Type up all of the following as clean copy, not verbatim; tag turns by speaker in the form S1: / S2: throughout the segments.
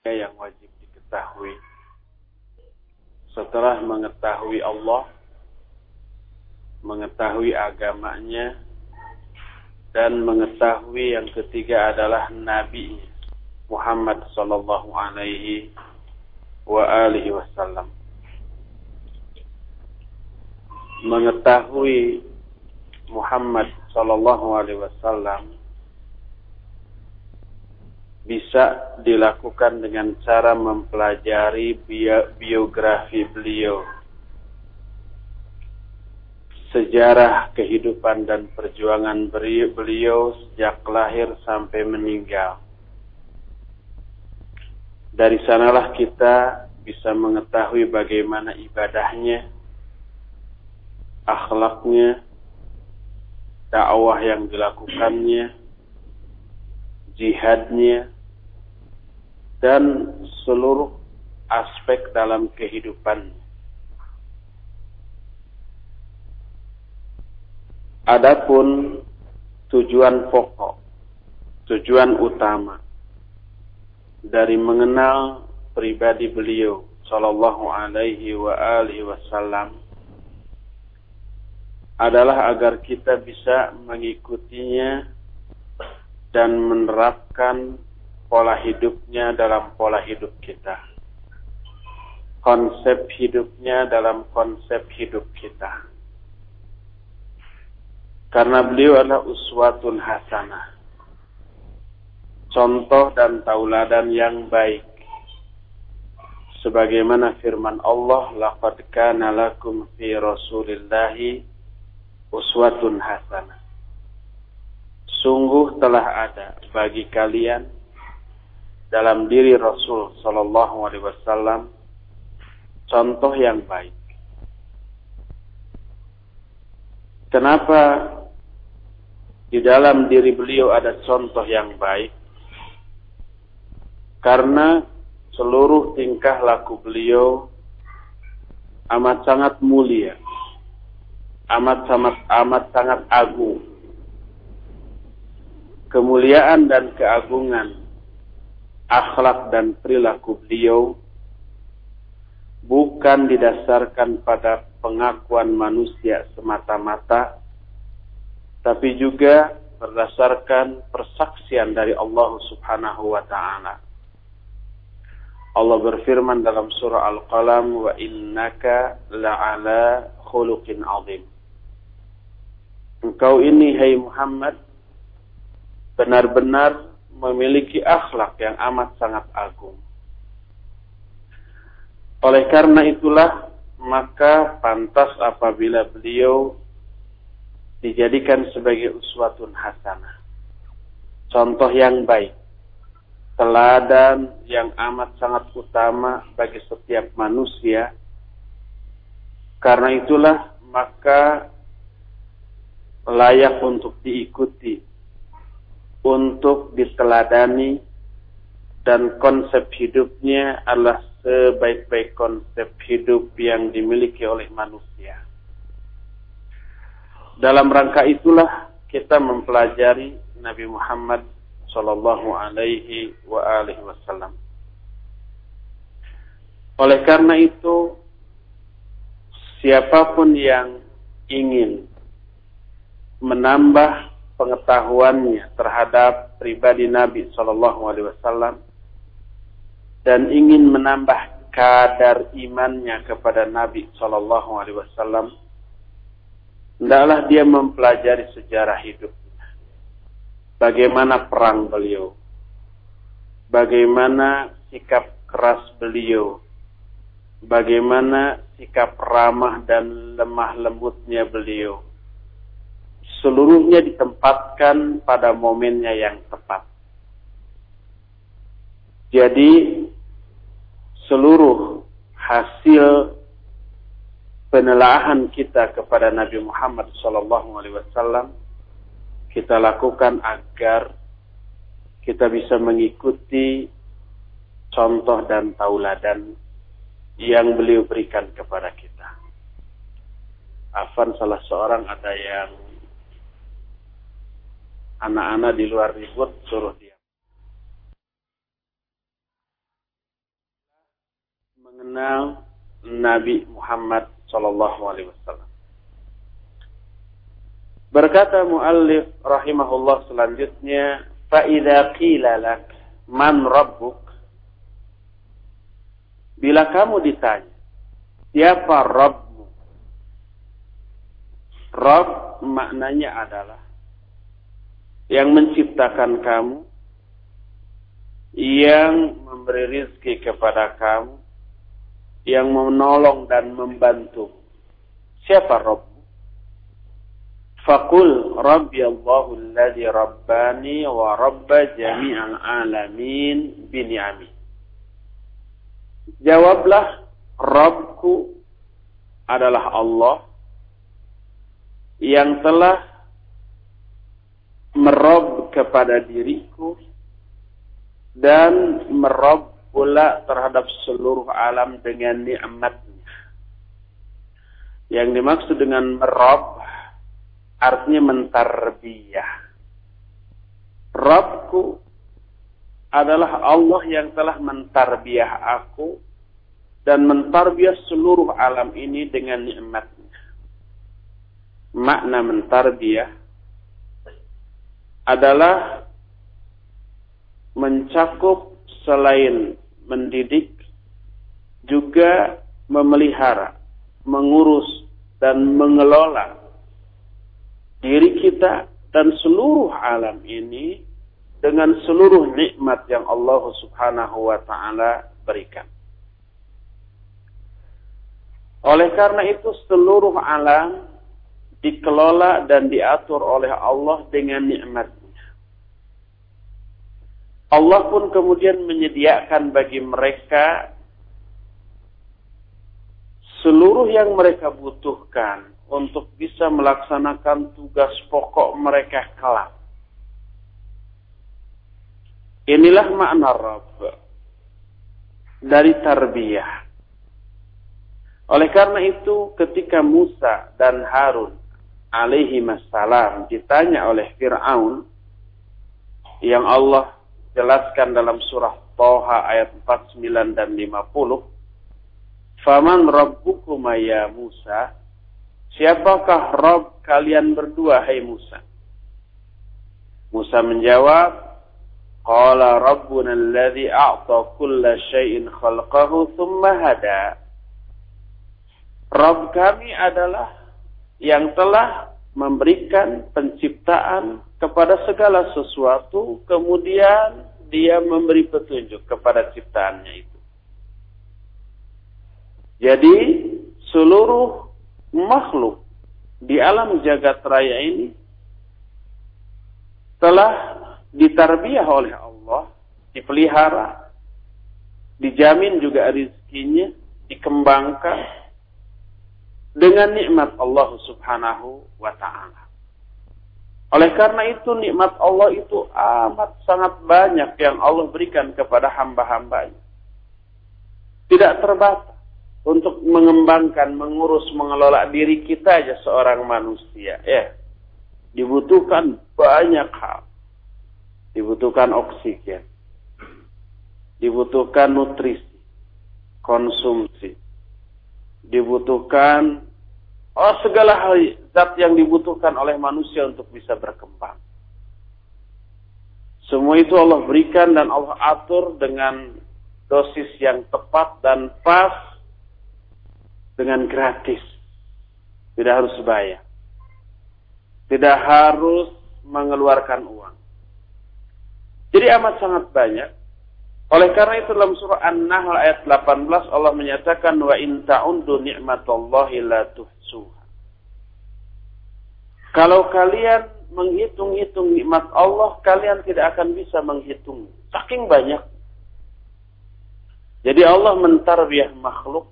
S1: yang wajib diketahui. Setelah mengetahui Allah, mengetahui agamanya, dan mengetahui yang ketiga adalah Nabi Muhammad sallallahu alaihi wa alihi wasallam. Mengetahui Muhammad sallallahu alaihi wasallam bisa dilakukan dengan cara mempelajari biografi beliau, sejarah kehidupan dan perjuangan beliau sejak lahir sampai meninggal. Dari sanalah kita bisa mengetahui bagaimana ibadahnya, akhlaknya, dakwah yang dilakukannya, jihadnya, dan seluruh aspek dalam kehidupan. Adapun tujuan pokok, tujuan utama dari mengenal pribadi beliau sallallahu alaihi wa alihi wasallam adalah agar kita bisa mengikutinya dan menerapkan pola hidupnya dalam pola hidup kita, konsep hidupnya dalam konsep hidup kita. Karena beliau adalah uswatun hasanah, contoh dan tauladan yang baik. Sebagaimana firman Allah, laqad kana lakum fi rasulillahi uswatun hasanah. Sungguh telah ada bagi kalian dalam diri Rasul sallallahu alaihi wasallam contoh yang baik. Kenapa di dalam diri beliau ada contoh yang baik? Karena seluruh tingkah laku beliau amat sangat mulia, amat sangat agung. Kemuliaan dan keagungan akhlak dan perilaku beliau bukan didasarkan pada pengakuan manusia semata-mata, tapi juga berdasarkan persaksian dari Allah Subhanahu wa ta'ala. Allah berfirman dalam surah Al-Qalam, wa innaka la'ala khuluqin azim. Engkau ini, hai Muhammad, benar-benar memiliki akhlak yang amat sangat agung. Oleh karena itulah, maka pantas apabila beliau dijadikan sebagai uswatun hasanah, contoh yang baik, teladan yang amat sangat utama bagi setiap manusia. Karena itulah, maka layak untuk diikuti, untuk diteladani, dan konsep hidupnya adalah sebaik-baik konsep hidup yang dimiliki oleh manusia. Dalam rangka itulah kita mempelajari Nabi Muhammad sallallahu alaihi wa alihi wasallam. Oleh karena itu, siapapun yang ingin menambah pengetahuannya terhadap pribadi Nabi sallallahu alaihi wasallam dan ingin menambah kadar imannya kepada Nabi sallallahu alaihi wasallam, hendaklah dia mempelajari sejarah hidupnya. Bagaimana perang beliau, bagaimana sikap keras beliau, bagaimana sikap ramah dan lemah lembutnya beliau. Seluruhnya ditempatkan pada momennya yang tepat. Jadi seluruh hasil penelaahan kita kepada Nabi Muhammad SAW kita lakukan agar kita bisa mengikuti contoh dan tauladan yang beliau berikan kepada kita. Afan salah seorang ada yang anak-anak di luar ribut, suruh dia. mengenal Nabi Muhammad sallallahu alaihi wasallam. Berkata muallif rahimahullah selanjutnya, fa idza qila lak man rabbuk, bila kamu ditanya siapa Rabbmu, Rabb maknanya adalah yang menciptakan kamu, yang memberi rizki kepada kamu, yang menolong dan membantu. Siapa Rabbmu? Faqul Rabbi Allahu alladhi rabbani wa rabba jami'al alamin bini'ami. Jawablah, Rabbku adalah Allah yang telah merob kepada diriku dan merob pula terhadap seluruh alam dengan nikmatnya. Yang dimaksud dengan merob artinya mentarbiyah. Rabbku adalah Allah yang telah mentarbiyah aku dan mentarbiyah seluruh alam ini dengan nikmatnya. Makna mentarbiyah adalah mencakup selain mendidik juga memelihara, mengurus dan mengelola diri kita dan seluruh alam ini dengan seluruh nikmat yang Allah Subhanahu wa taala berikan. Oleh karena itu seluruh alam dikelola dan diatur oleh Allah dengan nikmatnya. Allah pun kemudian menyediakan bagi mereka seluruh yang mereka butuhkan untuk bisa melaksanakan tugas pokok mereka kelak. Inilah makna Rabb dari tarbiyah. Oleh karena itu ketika Musa dan Harun alaihi wassalam ditanya oleh Fir'aun yang Allah jelaskan dalam surah Thaha ayat 49 dan 50, "Faman rabbukuma ya Musa?" Siapakah Rabb kalian berdua hai Musa? Musa menjawab, "Qala rabbuna alladhi a'ta kulla syai'in khalqahu thumma hada." Rabb kami adalah yang telah memberikan penciptaan kepada segala sesuatu, kemudian dia memberi petunjuk kepada ciptaannya itu. Jadi seluruh makhluk di alam jagat raya ini telah ditarbiyah oleh Allah, dipelihara, dijamin juga rezekinya, dikembangkan dengan nikmat Allah Subhanahu wa ta'ala. Oleh karena itu nikmat Allah itu amat sangat banyak yang Allah berikan kepada hamba-hambanya. Tidak terbatas untuk mengembangkan, mengurus, mengelola diri kita aja seorang manusia. Ya, dibutuhkan banyak hal. Dibutuhkan oksigen. Dibutuhkan nutrisi, konsumsi. Dibutuhkan segala hal zat yang dibutuhkan oleh manusia untuk bisa berkembang. Semua itu Allah berikan dan Allah atur dengan dosis yang tepat dan pas dengan gratis. Tidak harus bayar. Tidak harus mengeluarkan uang. Jadi amat sangat banyak. Oleh karena itu dalam surah An-Nahl ayat 18 Allah menyatakan wa in ta'uddu ni'matallahi la tuhsuha. Kalau kalian menghitung-hitung nikmat Allah, kalian tidak akan bisa menghitung. Saking banyak. Jadi Allah mentarbiyah makhluk.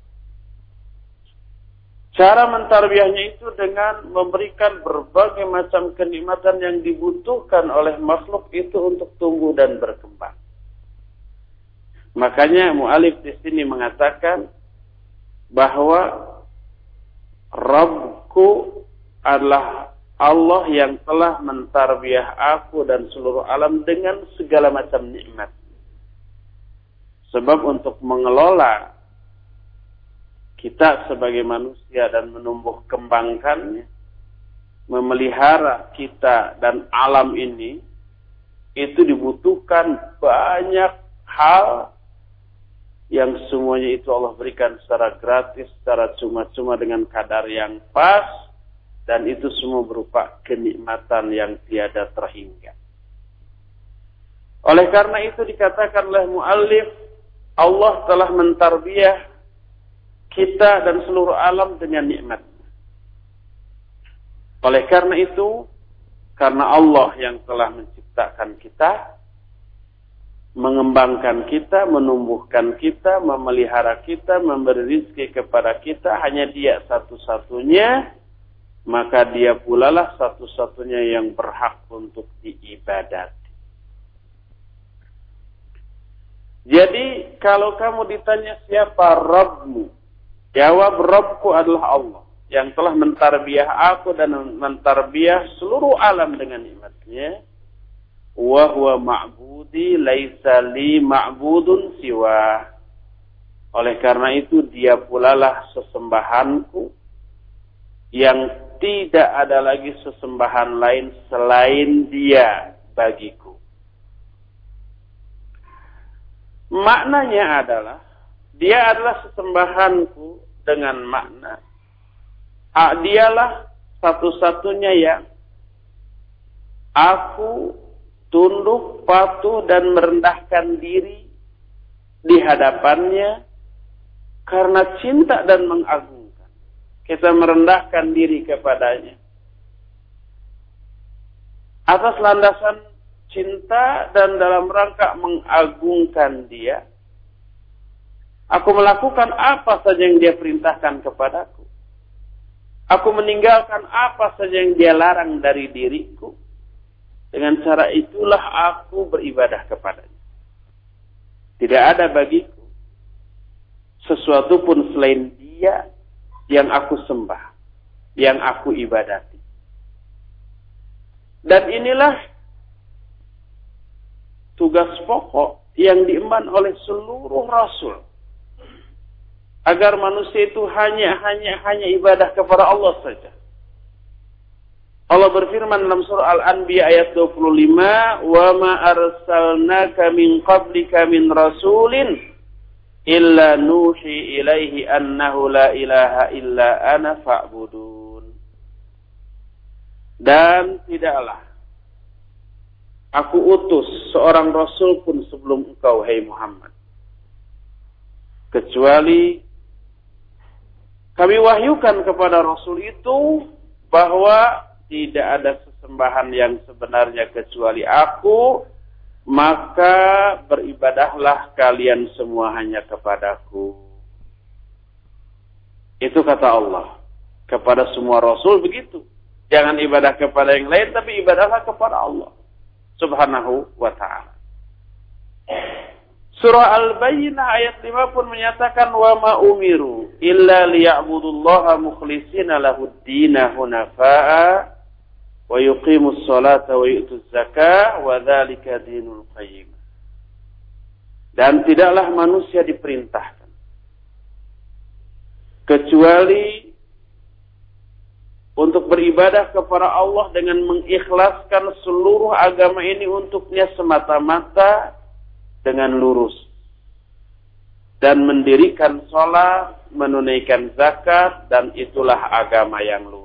S1: Cara mentarbiyahnya itu dengan memberikan berbagai macam kenikmatan yang dibutuhkan oleh makhluk itu untuk tumbuh dan berkembang. Makanya mu'alif di sini mengatakan bahwa Rabbku adalah Allah yang telah mentarbiyah aku dan seluruh alam dengan segala macam nikmat. Sebab untuk mengelola kita sebagai manusia dan menumbuh kembangkannya, memelihara kita dan alam ini, itu dibutuhkan banyak hal yang semuanya itu Allah berikan secara gratis, secara cuma-cuma dengan kadar yang pas, dan itu semua berupa kenikmatan yang tiada terhingga. Oleh karena itu dikatakan oleh muallif, Allah telah mentarbiyah kita dan seluruh alam dengan nikmat. Oleh karena itu, karena Allah yang telah menciptakan kita, mengembangkan kita, menumbuhkan kita, memelihara kita, memberi rezeki kepada kita, hanya Dia satu-satunya, maka Dia pula lah satu-satunya yang berhak untuk diibadati. Jadi kalau kamu ditanya siapa Rabbmu, jawab Rabbku adalah Allah yang telah mentarbiyah aku dan mentarbiyah seluruh alam dengan nikmatnya. Wa huwa ma'budi laisa li ma'budun siwa. Oleh karena itu Dia pula lah sesembahanku yang tidak ada lagi sesembahan lain selain Dia bagiku. Maknanya adalah Dia adalah sesembahanku dengan makna Dialah satu-satunya yang aku tunduk, patuh dan merendahkan diri di hadapannya karena cinta dan mengagungkan. Kita merendahkan diri kepadanya atas landasan cinta dan dalam rangka mengagungkan Dia. Aku melakukan apa saja yang Dia perintahkan kepadaku. Aku meninggalkan apa saja yang Dia larang dari diriku. Dengan cara itulah aku beribadah kepadanya. Tidak ada bagiku sesuatu pun selain Dia yang aku sembah, yang aku ibadati. Dan inilah tugas pokok yang diemban oleh seluruh rasul, agar manusia itu hanya ibadah kepada Allah saja. Allah berfirman dalam surah Al-Anbiya ayat 25, "Wa ma arsalnaka min qablika min rasulin illa nuhi ilaihi annahu la ilaha illa ana fa'budun." Dan tidaklah aku utus seorang rasul pun sebelum engkau, hai Muhammad, kecuali kami wahyukan kepada rasul itu bahwa tidak ada sesembahan yang sebenarnya kecuali aku, maka beribadahlah kalian semua hanya kepadaku. Itu kata Allah kepada semua rasul begitu. Jangan ibadah kepada yang lain, tapi ibadahlah kepada Allah Subhanahu wa ta'ala. Surah Al-Bayyinah ayat 5 pun menyatakan, wa ma umiru illa liya'budullaha mukhlishina lahud-dina hunafa'a wa yuqimus salata wa yu'tuz zakah wa dzalika dinul qayyim. Dan tidaklah manusia diperintahkan kecuali untuk beribadah kepada Allah dengan mengikhlaskan seluruh agama ini untuknya semata-mata dengan lurus, dan mendirikan sholat, menunaikan zakat, dan itulah agama yang lurus.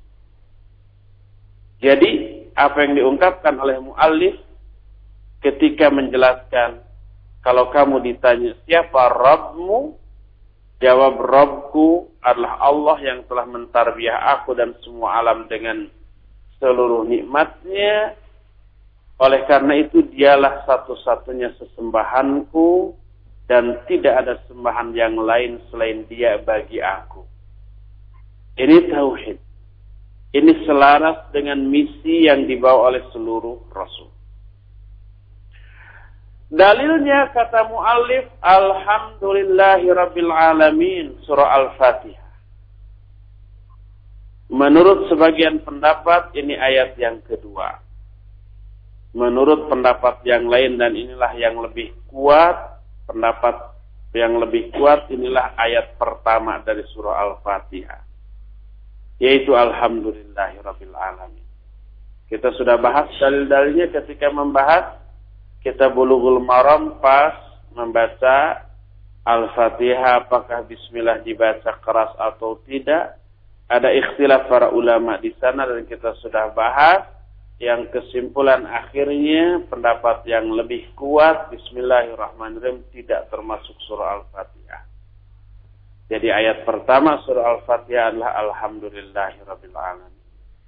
S1: Jadi apa yang diungkapkan oleh muallif ketika menjelaskan, kalau kamu ditanya siapa Rabbmu, jawab Rabbku adalah Allah yang telah mentarbiyah aku dan semua alam dengan seluruh nikmatnya. Oleh karena itu Dialah satu-satunya sesembahanku dan tidak ada sembahan yang lain selain Dia bagi aku. Ini tauhid. Ini selaras dengan misi yang dibawa oleh seluruh rasul. Dalilnya kata muallif, Alhamdulillahirabbil alamin, surah Al-Fatihah. Menurut sebagian pendapat ini ayat yang kedua. Menurut pendapat yang lain, dan inilah yang lebih kuat, pendapat yang lebih kuat inilah ayat pertama dari surah Al-Fatihah, yaitu Alhamdulillahirabbil alamin. Kita sudah bahas dalil-dalilnya ketika membahas Kitab Bulughul Maram pas membaca Al-Fatihah, apakah bismillah dibaca keras atau tidak. Ada ikhtilaf para ulama di sana dan kita sudah bahas. Yang kesimpulan akhirnya pendapat yang lebih kuat bismillahirrahmanirrahim tidak termasuk surah Al-Fatihah. Jadi ayat pertama surah Al-Fatihah adalah Alhamdulillahirabbil alamin.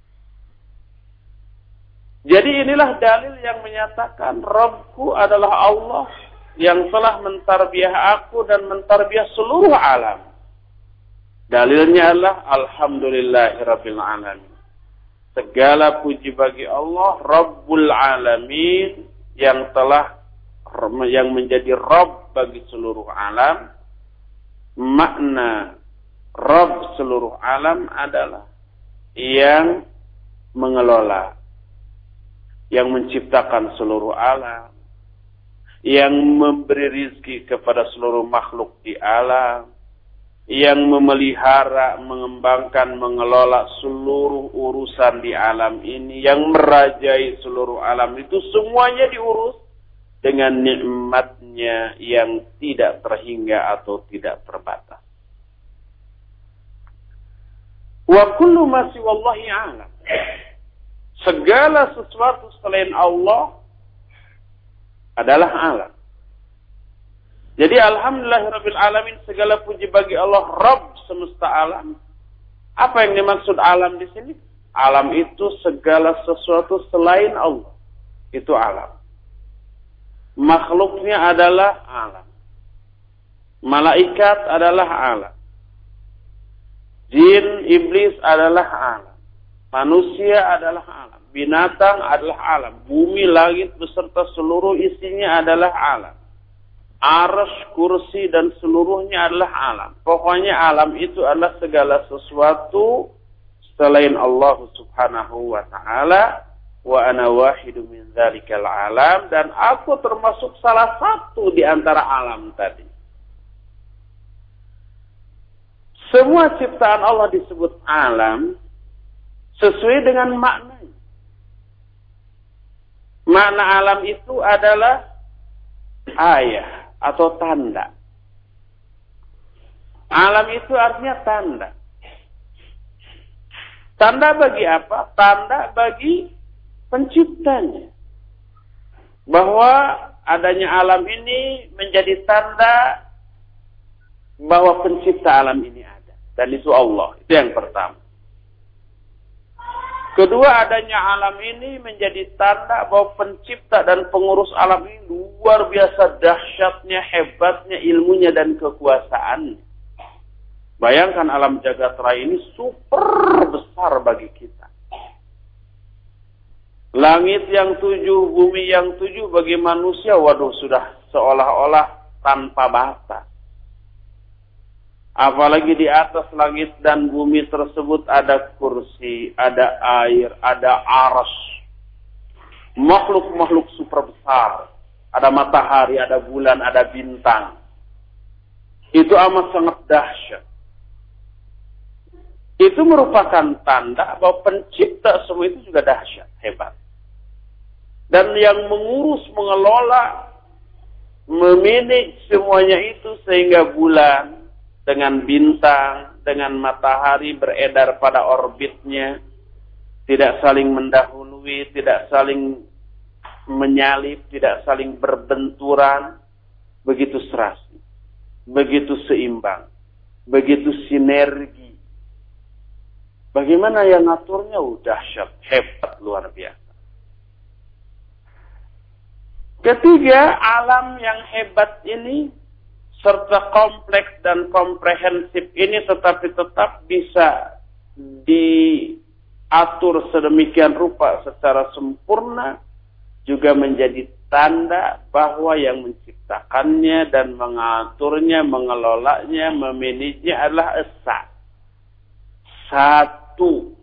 S1: Jadi inilah dalil yang menyatakan Rabbku adalah Allah yang telah mentarbiah aku dan mentarbiah seluruh alam. Dalilnya adalah Alhamdulillahirabbil alamin. Segala puji bagi Allah Rabbul Alamin yang menjadi Rabb bagi seluruh alam. Makna Rabb seluruh alam adalah yang mengelola, yang menciptakan seluruh alam, yang memberi rizki kepada seluruh makhluk di alam, yang memelihara, mengembangkan, mengelola seluruh urusan di alam ini, yang merajai seluruh alam itu, semuanya diurus dengan nikmatnya yang tidak terhingga atau tidak terbatas. Wa kullu ma siwallahi a'lam. Segala sesuatu selain Allah adalah alam. Jadi alhamdulillahirabbil alamin, segala puji bagi Allah Rabb semesta alam. Apa yang dimaksud alam di sini? Alam itu segala sesuatu selain Allah. Itu alam. Makhluknya adalah alam. Malaikat adalah alam. Jin, iblis adalah alam. Manusia adalah alam. Binatang adalah alam. Bumi, langit beserta seluruh isinya adalah alam. Arsy, kursi dan seluruhnya adalah alam. Pokoknya alam itu adalah segala sesuatu selain Allah Subhanahu wa taala. Wa ana wahidu min dzalikal alam, dan aku termasuk salah satu di antara alam tadi. Semua ciptaan Allah disebut alam sesuai dengan maknanya. Makna alam itu adalah ayah atau tanda. Alam itu artinya tanda. Tanda bagi apa? Tanda bagi penciptanya. Bahwa adanya alam ini menjadi tanda bahwa pencipta alam ini ada. Dan itu Allah. Itu yang pertama. Kedua, adanya alam ini menjadi tanda bahwa pencipta dan pengurus alam ini luar biasa dahsyatnya, hebatnya ilmunya dan kekuasaannya. Bayangkan alam jagat raya ini super besar bagi kita. Langit yang 7, bumi yang 7 bagi manusia, waduh, sudah seolah-olah tanpa batas. Apalagi di atas langit dan bumi tersebut ada kursi, ada air, ada arsy. Makhluk-makhluk super besar. Ada matahari, ada bulan, ada bintang. Itu amat sangat dahsyat. Itu merupakan tanda bahwa pencipta semua itu juga dahsyat, hebat. Dan yang mengurus, mengelola, memanage semuanya itu sehingga bulan dengan bintang, dengan matahari beredar pada orbitnya, tidak saling mendahului, tidak saling menyalip, tidak saling berbenturan, begitu serasi, begitu seimbang, begitu sinergi. Bagaimana yang ngaturnya? Dahsyat, hebat, luar biasa. Ketiga, alam yang hebat ini serta kompleks dan komprehensif ini tetapi tetap bisa diatur sedemikian rupa secara sempurna, juga menjadi tanda bahwa yang menciptakannya dan mengaturnya, mengelolanya, memanajenya adalah esa. Satu.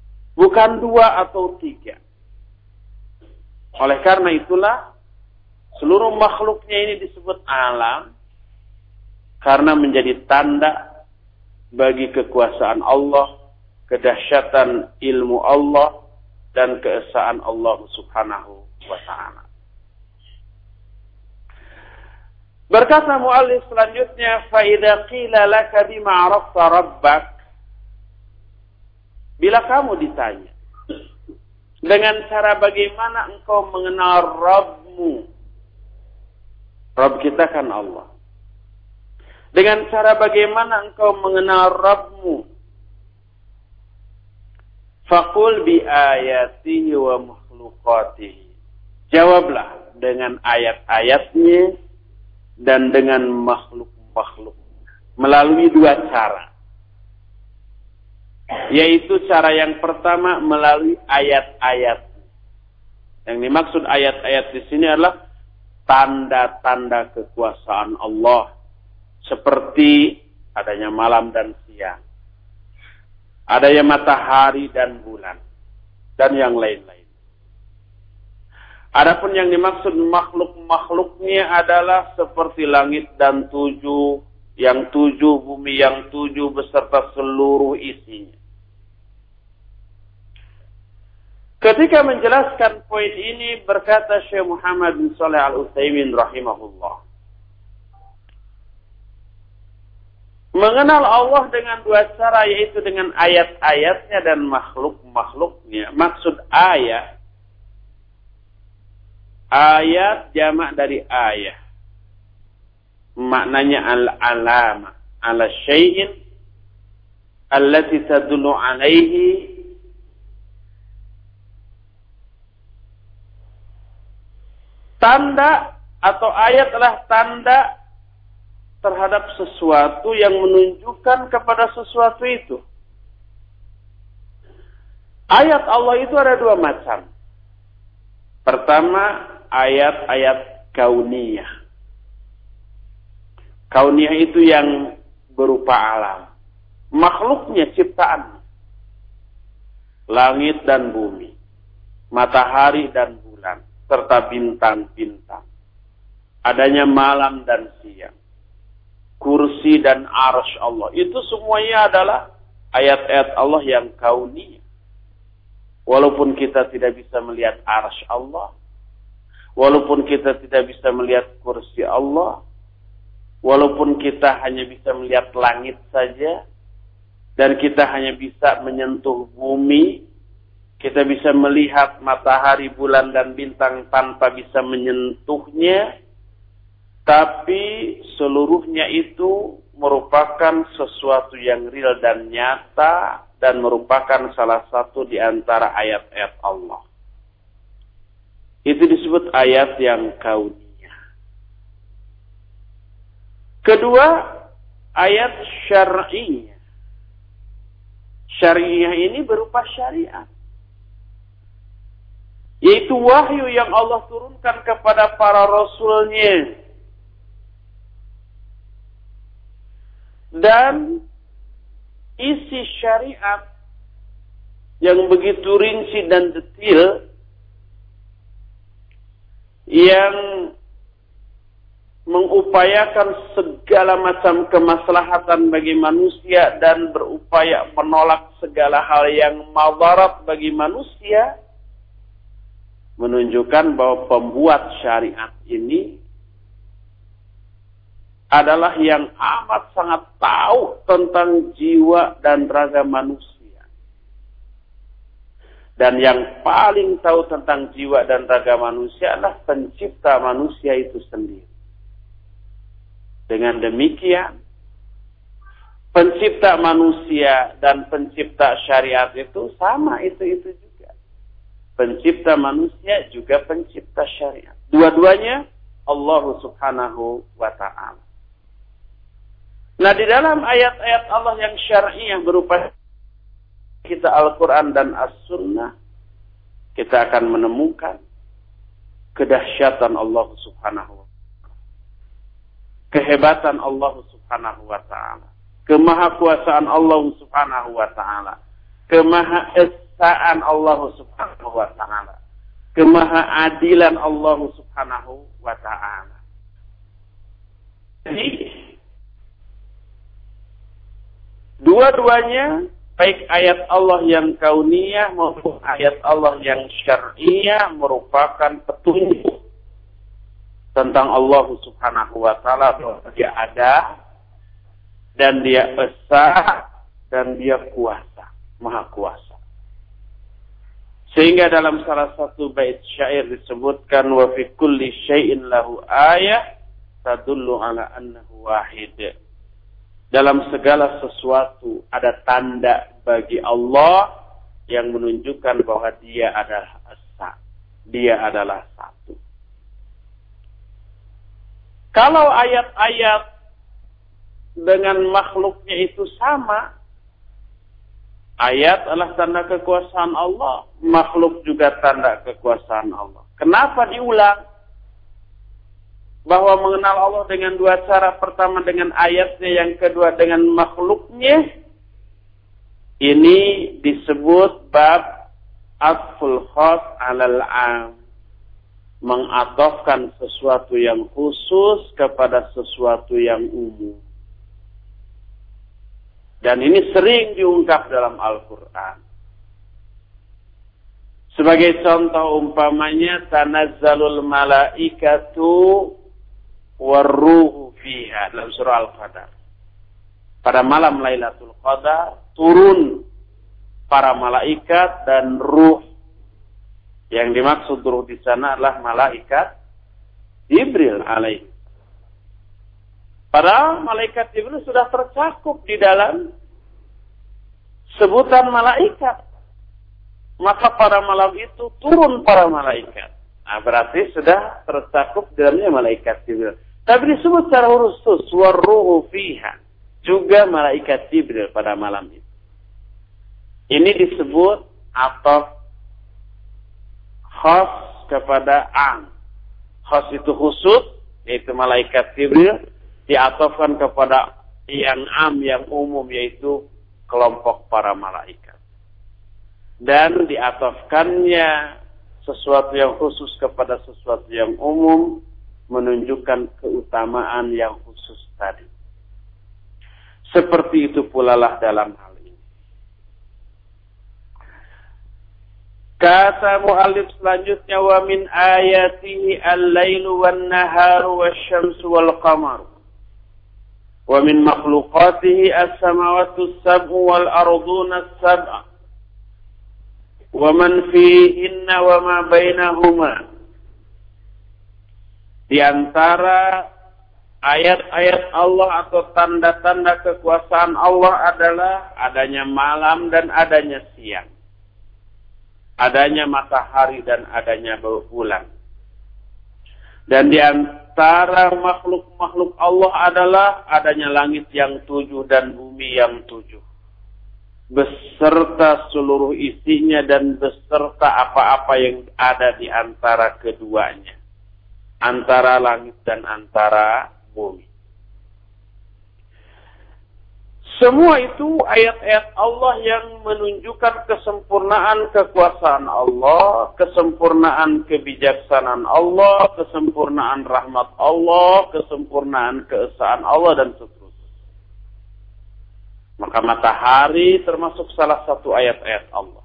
S1: Bukan dua atau tiga. Oleh karena itulah Seluruh makhluknya ini disebut alam karena menjadi tanda bagi kekuasaan Allah, kedahsyatan ilmu Allah, dan keesaan Allah subhanahu wa ta'ala. Berkata muallif selanjutnya, فَإِذَا قِيلَ لَكَ بِمَا عَرَفْتَ رَبَّكَ. Bila kamu ditanya, dengan cara bagaimana engkau mengenal Rabbmu. Rabb kita kan Allah. Dengan cara bagaimana engkau mengenal Rabbmu. Faqul bi ayatihi wa makhluqatihi. Jawablah dengan ayat-ayatnya dan dengan makhluk-makhluk. Melalui dua cara. Yaitu cara yang pertama melalui ayat-ayat. Yang dimaksud ayat-ayat di sini adalah tanda-tanda kekuasaan Allah. Seperti adanya malam dan siang. Adanya matahari dan bulan. Dan yang lain-lain. Adapun yang dimaksud makhluk-makhluknya adalah seperti langit dan tujuh, yang tujuh, bumi yang tujuh beserta seluruh isinya. Ketika menjelaskan poin ini berkata Syekh Muhammad bin Shalih Al-Utsaimin rahimahullah. Mengenal Allah dengan dua cara, yaitu dengan ayat-ayatnya dan makhluk-makhluknya. Maksud ayat jamak dari ayah. Maknanya al-alama ala syai'in allati tadullu alaihi tanda atau ayat adalah tanda terhadap sesuatu yang menunjukkan kepada sesuatu itu. Ayat Allah itu ada dua macam. Pertama, ayat-ayat kauniyah. Kauniyah itu yang berupa alam. Makhluknya ciptaan. Langit dan bumi. Matahari dan bulan. Serta bintang-bintang. Adanya malam dan siang. Kursi dan arsy Allah. Itu semuanya adalah ayat-ayat Allah yang kauniyah. Walaupun kita tidak bisa melihat arsy Allah. Walaupun kita tidak bisa melihat kursi Allah. Walaupun kita hanya bisa melihat langit saja. Dan kita hanya bisa menyentuh bumi. Kita bisa melihat matahari, bulan, dan bintang tanpa bisa menyentuhnya. Tapi seluruhnya itu merupakan sesuatu yang real dan nyata. Dan merupakan salah satu di antara ayat-ayat Allah. Itu disebut ayat yang kauniyah. Kedua, ayat syar'iyah. Syar'iyah ini berupa syariat. Yaitu wahyu yang Allah turunkan kepada para rasulnya. Dan isi syariat yang begitu rinci dan detail yang mengupayakan segala macam kemaslahatan bagi manusia dan berupaya menolak segala hal yang madarat bagi manusia, menunjukkan bahwa pembuat syariat ini adalah yang amat sangat tahu tentang jiwa dan raga manusia. Dan yang paling tahu tentang jiwa dan raga manusia adalah pencipta manusia itu sendiri. Dengan demikian, pencipta manusia dan pencipta syariat itu sama, itu juga. Pencipta manusia juga pencipta syariat. Dua-duanya Allah subhanahu wa ta'ala. Nah, di dalam ayat-ayat Allah yang syar'iyah berupa kita Al-Quran dan As-Sunnah, kita akan menemukan kedahsyatan Allah subhanahu wa ta'ala. Kehebatan Allah subhanahu wa ta'ala. Kemahakuasaan Allah subhanahu wa ta'ala. Kemahaesaan Allah subhanahu wa ta'ala. Kemahaadilan Allah subhanahu wa wa ta'ala. Jadi, dua-duanya, baik ayat Allah yang kauniyah maupun ayat Allah yang syar'iyah, merupakan petunjuk tentang Allah Subhanahu wa ta'ala, bahwa dia ada, dan dia esa, dan dia kuasa, maha kuasa. Sehingga dalam salah satu bait syair disebutkan, wa fi kulli syai'in lahu ayah tadullu ala annahu wahid. Dalam segala sesuatu ada tanda bagi Allah yang menunjukkan bahwa dia adalah esa, dia adalah satu. Kalau ayat-ayat dengan makhluknya itu sama, ayat adalah tanda kekuasaan Allah, makhluk juga tanda kekuasaan Allah. Kenapa diulang? Bahwa mengenal Allah dengan dua cara, pertama dengan ayatnya, yang kedua dengan makhluknya. Ini disebut bab atful khas alal am, mengatofkan sesuatu yang khusus kepada sesuatu yang umum. Dan ini sering diungkap dalam Al-Quran. Sebagai contoh umpamanya, tanazzalul malaikatu warruhu fiha dalam surah Al-Qadar. Pada malam Lailatul Qadar turun para malaikat dan ruh. Yang dimaksud ruh di sana adalah malaikat Jibril alaihi. Padahal malaikat Jibril sudah tercakup di dalam sebutan malaikat. Maka pada malam itu turun para malaikat. Nah, berarti sudah tercakup di dalamnya malaikat Jibril. Tapi disebut secara khusus warruhu fiha, juga malaikat Jibril pada malam itu. Ini disebut ataf khas kepada am. Khas itu khusus, yaitu malaikat Jibril, diatofkan kepada yang am, yang umum, yaitu kelompok para malaikat. Dan diatofkannya sesuatu yang khusus kepada sesuatu yang umum, menunjukkan keutamaan yang khusus tadi. Seperti itu pula lah dalam hal ini. Kata mu'allif selanjutnya, wa min ayatihi al-lailu wan-naharu wasyamsu wal-qamaru. Wa min makhluqatihi as-samawatu as-sab'u wal-arduna as-sab'a. Wa man fihinna wa ma bainahuma. Di antara ayat-ayat Allah atau tanda-tanda kekuasaan Allah adalah adanya malam dan adanya siang. Adanya matahari dan adanya bulan. Dan di antara makhluk-makhluk Allah adalah adanya langit yang 7 dan bumi yang 7. Beserta seluruh isinya dan beserta apa-apa yang ada di antara keduanya. Antara langit dan antara bumi. Semua itu ayat-ayat Allah yang menunjukkan kesempurnaan kekuasaan Allah, kesempurnaan kebijaksanaan Allah, kesempurnaan rahmat Allah, kesempurnaan keesaan Allah, dan seterusnya. Maka matahari termasuk salah satu ayat-ayat Allah.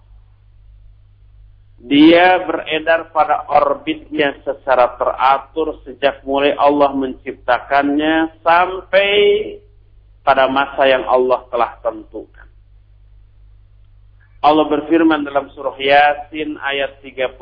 S1: Dia beredar pada orbitnya secara teratur sejak mulai Allah menciptakannya sampai pada masa yang Allah telah tentukan. Allah berfirman dalam surah Yasin ayat 38,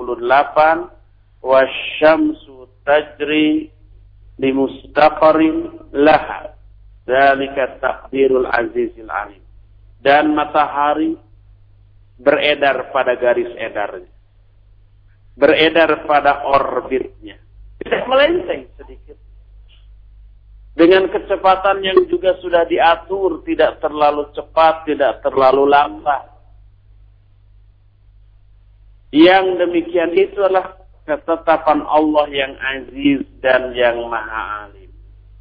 S1: "Wasyamsu tajri limustaqarrin laha, dzalika taqdirul azizil alim." Dan matahari beredar pada garis edarnya. Beredar pada orbitnya. Tidak melenceng sedikit. Dengan kecepatan yang juga sudah diatur, tidak terlalu cepat, tidak terlalu lambat. Yang demikian itu adalah ketetapan Allah yang aziz dan yang maha alim.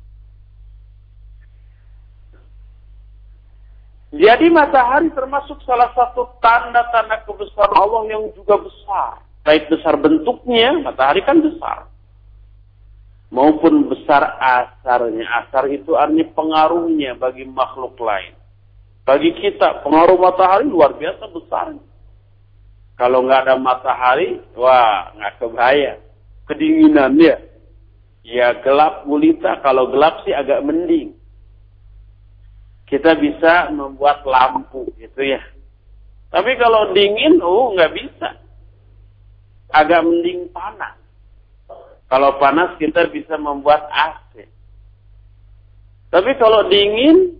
S1: Jadi matahari termasuk salah satu tanda-tanda kebesaran Allah yang juga besar. Baik besar bentuknya, matahari kan besar. maupun besar asarnya. Asar itu artinya pengaruhnya bagi makhluk lain. Bagi kita, pengaruh matahari luar biasa besar. Kalau nggak ada matahari, wah, nggak kebahaya. Kedinginan dia. Ya gelap gulita, kalau gelap sih agak mending. Kita bisa membuat lampu gitu ya. Tapi kalau dingin, nggak bisa. Agak mending panas. Kalau panas kita bisa membuat AC. Tapi kalau dingin,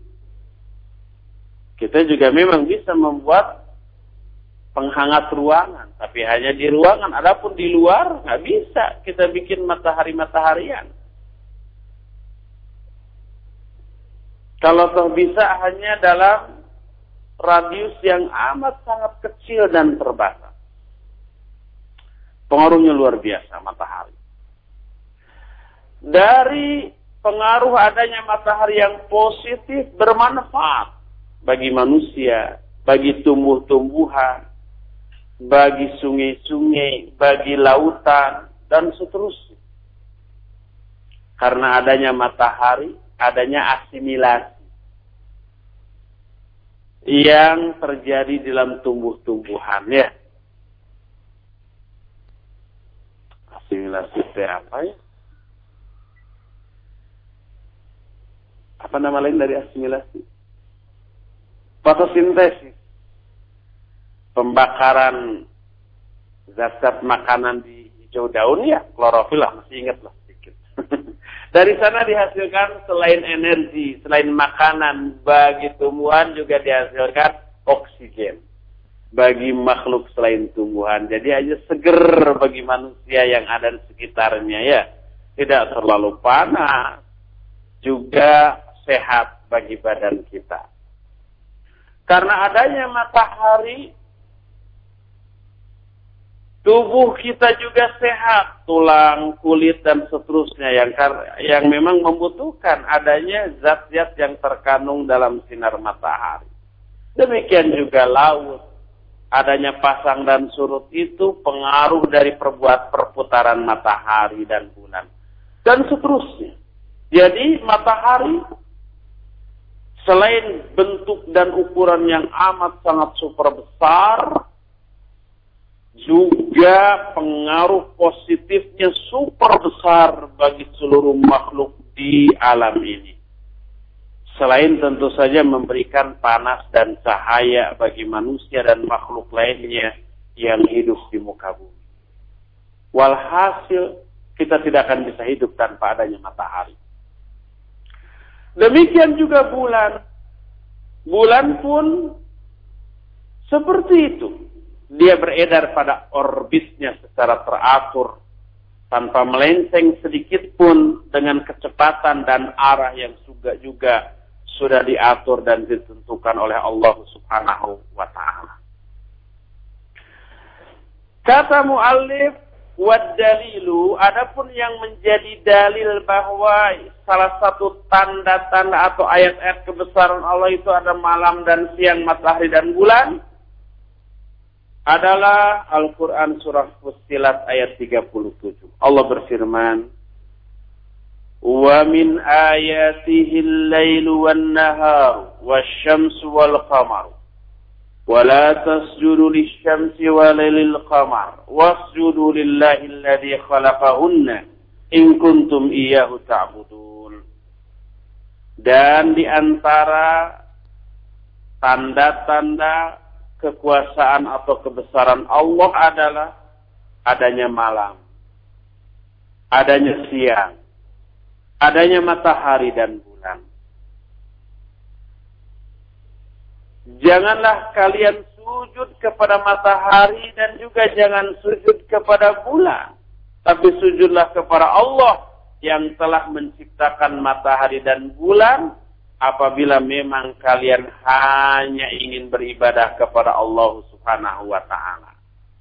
S1: kita juga memang bisa membuat penghangat ruangan. Tapi hanya di ruangan. Adapun di luar, nggak bisa kita bikin matahari-mataharian. Kalau toh bisa hanya dalam radius yang amat sangat kecil dan terbatas. Pengaruhnya luar biasa matahari. Dari pengaruh adanya matahari yang positif bermanfaat bagi manusia, bagi tumbuh-tumbuhan, bagi sungai-sungai, bagi lautan, dan seterusnya. Karena adanya matahari, adanya asimilasi yang terjadi dalam tumbuh-tumbuhan, ya. Asimilasi itu apa ya? Apa nama lain dari asimilasi? Fotosintesis. Pembakaran zat-zat makanan di hijau daun, ya, klorofil lah, masih ingat lah sedikit. Dari sana dihasilkan selain energi, selain makanan, bagi tumbuhan juga dihasilkan oksigen. Bagi makhluk selain tumbuhan. Jadi aja seger bagi manusia yang ada di sekitarnya, ya. Tidak terlalu panas. Juga sehat bagi badan kita. Karena adanya matahari, tubuh kita juga sehat, tulang, kulit, dan seterusnya yang memang membutuhkan adanya zat-zat yang terkandung dalam sinar matahari. Demikian juga laut, adanya pasang dan surut itu pengaruh dari perputaran matahari dan bulan, dan seterusnya. Jadi matahari selain bentuk dan ukuran yang amat sangat super besar, juga pengaruh positifnya super besar bagi seluruh makhluk di alam ini. Selain tentu saja memberikan panas dan cahaya bagi manusia dan makhluk lainnya yang hidup di muka bumi. Walhasil kita tidak akan bisa hidup tanpa adanya matahari. Demikian juga bulan. Bulan pun seperti itu. Dia beredar pada orbitnya secara teratur, tanpa melenceng sedikit pun, dengan kecepatan dan arah yang juga sudah diatur dan ditentukan oleh Allah Subhanahu wa ta'ala. Kata muallif, wad dalilu, adapun yang menjadi dalil bahwa salah satu tanda-tanda atau ayat-ayat kebesaran Allah itu ada malam dan siang, matahari dan bulan, adalah Al-Quran surah Fussilat ayat 37. Allah berfirman, wa min ayatihi al-lailu wan-naharu wasyamsu wal-qamaru wa la tasjudu lisyamsi wa lil-qamar wasjudu lillahi alladhi khalaqahunna in kuntum iyyahu ta'budun. Dan di antara tanda-tanda kekuasaan atau kebesaran Allah adalah adanya malam, adanya siang, adanya matahari dan bulan. Janganlah kalian sujud kepada matahari dan juga jangan sujud kepada bulan, tapi sujudlah kepada Allah yang telah menciptakan matahari dan bulan, apabila memang kalian hanya ingin beribadah kepada Allah Subhanahu wa ta'ala.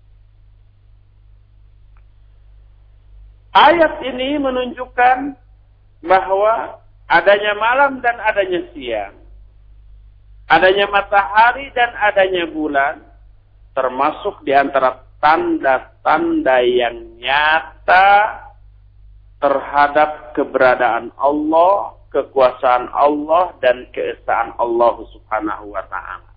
S1: Ayat ini menunjukkan bahwa adanya malam dan adanya siang, adanya matahari dan adanya bulan, termasuk di antara tanda-tanda yang nyata terhadap keberadaan Allah, kekuasaan Allah, dan keesaan Allah subhanahu wa ta'ala.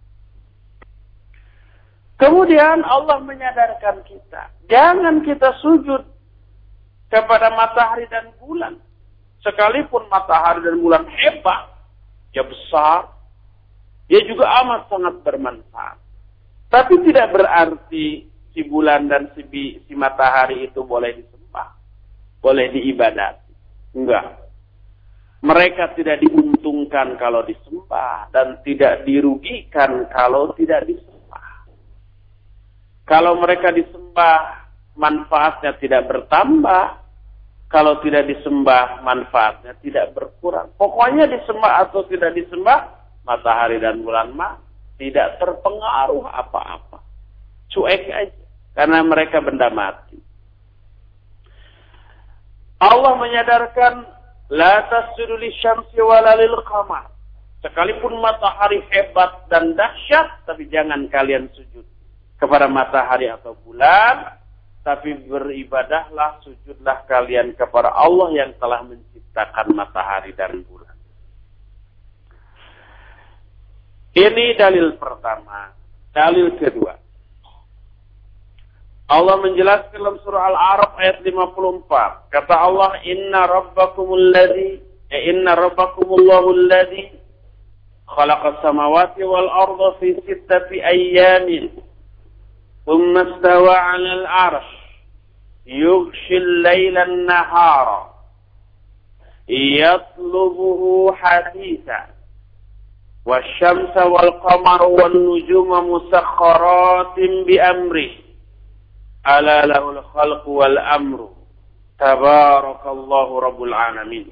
S1: Kemudian Allah menyadarkan kita, jangan kita sujud kepada matahari dan bulan. Sekalipun matahari dan bulan hebat, dia besar, dia juga amat sangat bermanfaat. Tapi tidak berarti si bulan dan si matahari itu boleh disembah, boleh diibadati. Enggak. Mereka tidak diuntungkan kalau disembah dan tidak dirugikan kalau tidak disembah. Kalau mereka disembah, manfaatnya tidak bertambah. Kalau tidak disembah, manfaatnya tidak berkurang. Pokoknya disembah atau tidak disembah, matahari dan bulan tidak terpengaruh apa-apa. Cuek aja. Karena mereka benda mati. Allah menyadarkan, la tasjudu lisyamsi wala lil qamar. Sekalipun matahari hebat dan dahsyat, tapi jangan kalian sujud kepada matahari atau bulan, tapi beribadahlah, sujudlah kalian kepada Allah yang telah menciptakan matahari dan bulan. Ini dalil pertama. Dalil kedua, Allah menjelaskan dalam surah Al-A'raf ayat 54. Kata Allah, inna rabbakumullahu alladhi khalaqas samawati wal arda fi sittati ayyamin. ثم استوى على العرش يغشي الليل النهار يطلبه حثيثا والشمس والقمر والنجوم مسخرات بأمره ألا له الخلق والأمر تبارك الله رب العالمين.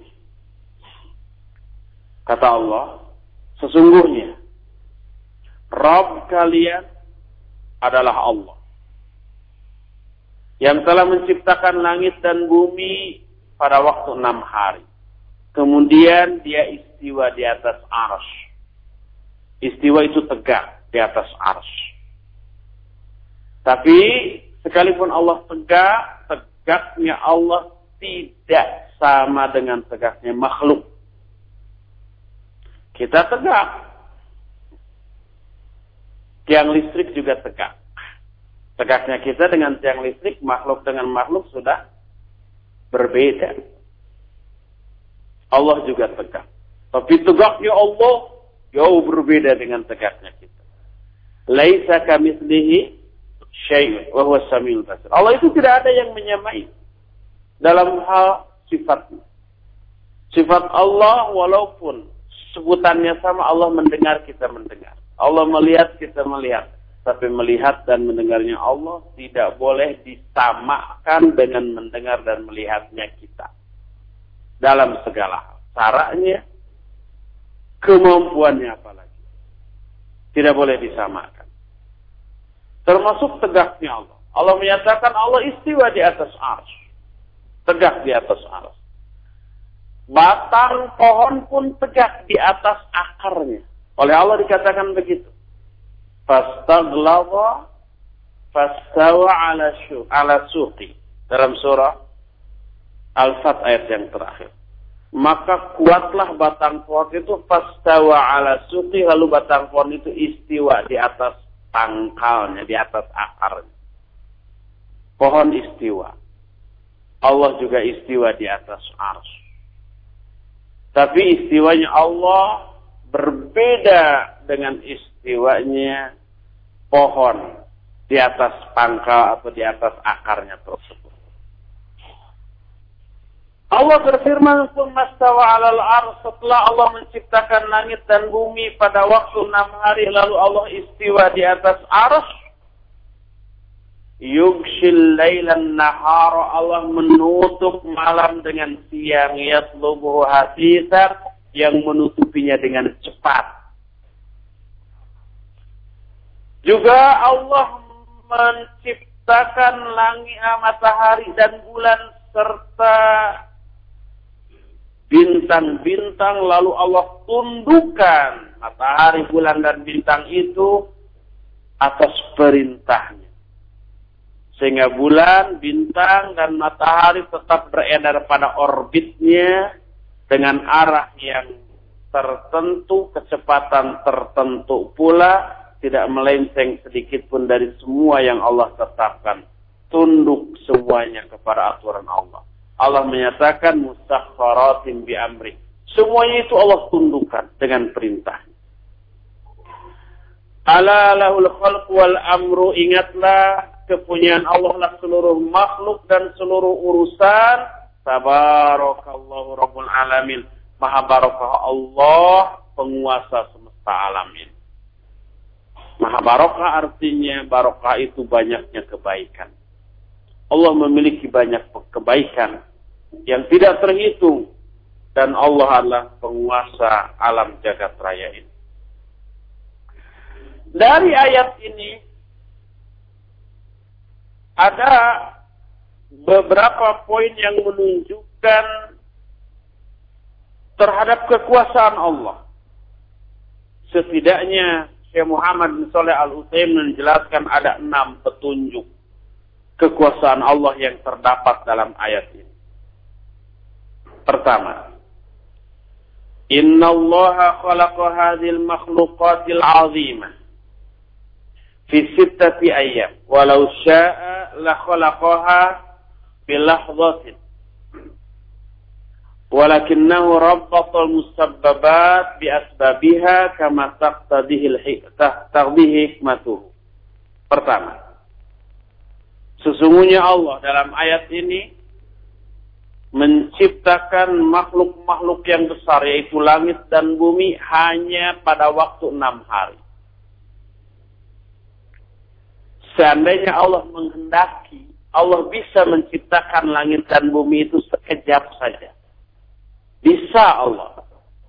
S1: Kata Allah, sesungguhnya Rabb kalian adalah Allah yang telah menciptakan langit dan bumi pada waktu 6 hari. Kemudian dia istiwa di atas arsy. Istiwa itu tegak di atas arsy. Tapi sekalipun Allah tegak, tegaknya Allah tidak sama dengan tegaknya makhluk. Kita tegak. Tiang listrik juga tegak. Tegaknya kita dengan tiang listrik, makhluk dengan makhluk sudah berbeda. Allah juga tegak. Tapi tegaknya Allah jauh berbeda dengan tegaknya kita. Laisa kamitslihi syai'un wa huwas samiul basir. Allah itu tidak ada yang menyamai dalam hal sifatnya. Sifat Allah walaupun sebutannya sama, Allah mendengar, kita mendengar. Allah melihat, kita melihat. Tapi melihat dan mendengarnya Allah tidak boleh disamakan dengan mendengar dan melihatnya kita. Dalam segala hal. Caranya, kemampuannya apalagi. Tidak boleh disamakan. Termasuk tegaknya Allah. Allah menyatakan Allah istiwa di atas arsy. Tegak di atas arsy. Batang pohon pun tegak di atas akarnya. Oleh Allah dikatakan begitu. Fastaghlaba fastawa ala suqi. Dalam surah Al-Fat ayat yang terakhir. Maka kuatlah batang pohon itu fastawa ala suqi, lalu batang pohon itu istiwa di atas pangkalnya, di atas akarnya. Pohon istiwa. Allah juga istiwa di atas arsy. Tapi istiwanya Allah berbeda dengan istiwanya pohon di atas pangkal atau di atas akarnya tersebut. Allah berfirman, "Tsumma stawa 'alal 'arsy." Setelah Allah menciptakan langit dan bumi pada waktu 6 hari, lalu Allah istiwa di atas arsy. Yughshil lailan nahara, Allah menutup malam dengan siang, yatlubuhu hasisan, yang menutupinya dengan cepat. Juga Allah menciptakan langit, matahari dan bulan serta bintang-bintang, lalu Allah tundukkan matahari, bulan dan bintang itu atas perintahnya. Sehingga bulan, bintang, dan matahari tetap beredar pada orbitnya dengan arah yang tertentu, kecepatan tertentu pula, tidak melenceng sedikit pun dari semua yang Allah tetapkan. Tunduk semuanya kepada aturan Allah. Allah menyatakan musakhkharatin bi amri. Semuanya itu Allah tundukkan dengan perintah. Ala lahul khalq wal amru, ingatlah kepunyaan Allah lah seluruh makhluk dan seluruh urusan. Tabarakallahu rabbul alamin. Maha barakah Allah, penguasa semesta alam ini. Maha barakah artinya barakah itu banyaknya kebaikan. Allah memiliki banyak kebaikan yang tidak terhitung. Dan Allah adalah penguasa alam jagat raya ini. Dari ayat ini ada beberapa poin yang menunjukkan terhadap kekuasaan Allah. Setidaknya Syekh Muhammad bin Shalih Al-Utsaimin menjelaskan ada 6 petunjuk kekuasaan Allah yang terdapat dalam ayat ini. Pertama, Inna Allaha khalaqa hadhil makhluqatil azimah fi sittati ayyam walau syaa la khalaqaha bi lahdhatin walakinnahu rabbatal musabbabat bi asbabiha kama taqtadihi hikmatuhu. Pertama, sesungguhnya Allah dalam ayat ini menciptakan makhluk-makhluk yang besar, yaitu langit dan bumi, hanya pada waktu 6 hari. Seandainya Allah menghendaki, Allah bisa menciptakan langit dan bumi itu sekejap saja. Bisa Allah.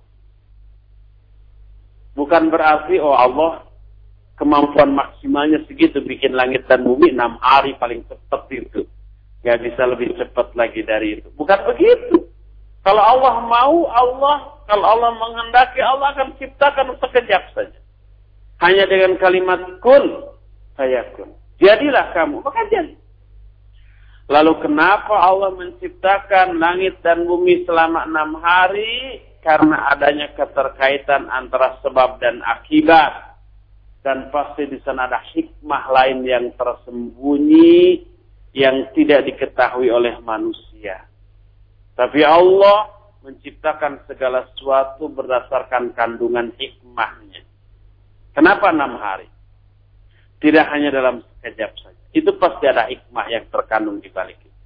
S1: Bukan berarti, oh Allah kemampuan maksimalnya segitu, bikin langit dan bumi 6 hari paling cepat itu. Gak bisa lebih cepat lagi dari itu. Bukan begitu. Kalau Allah mau, kalau Allah menghendaki, Allah akan ciptakan sekejap saja. Hanya dengan kalimat kun, fayakun. Jadilah kamu, maka jadi. Lalu kenapa Allah menciptakan langit dan bumi selama 6 hari? Karena adanya keterkaitan antara sebab dan akibat. Dan pasti di sana ada hikmah lain yang tersembunyi, yang tidak diketahui oleh manusia. Tapi Allah menciptakan segala sesuatu berdasarkan kandungan hikmahnya. Kenapa 6 hari? Tidak hanya dalam sekejap saja. Itu pasti ada hikmah yang terkandung di balik itu.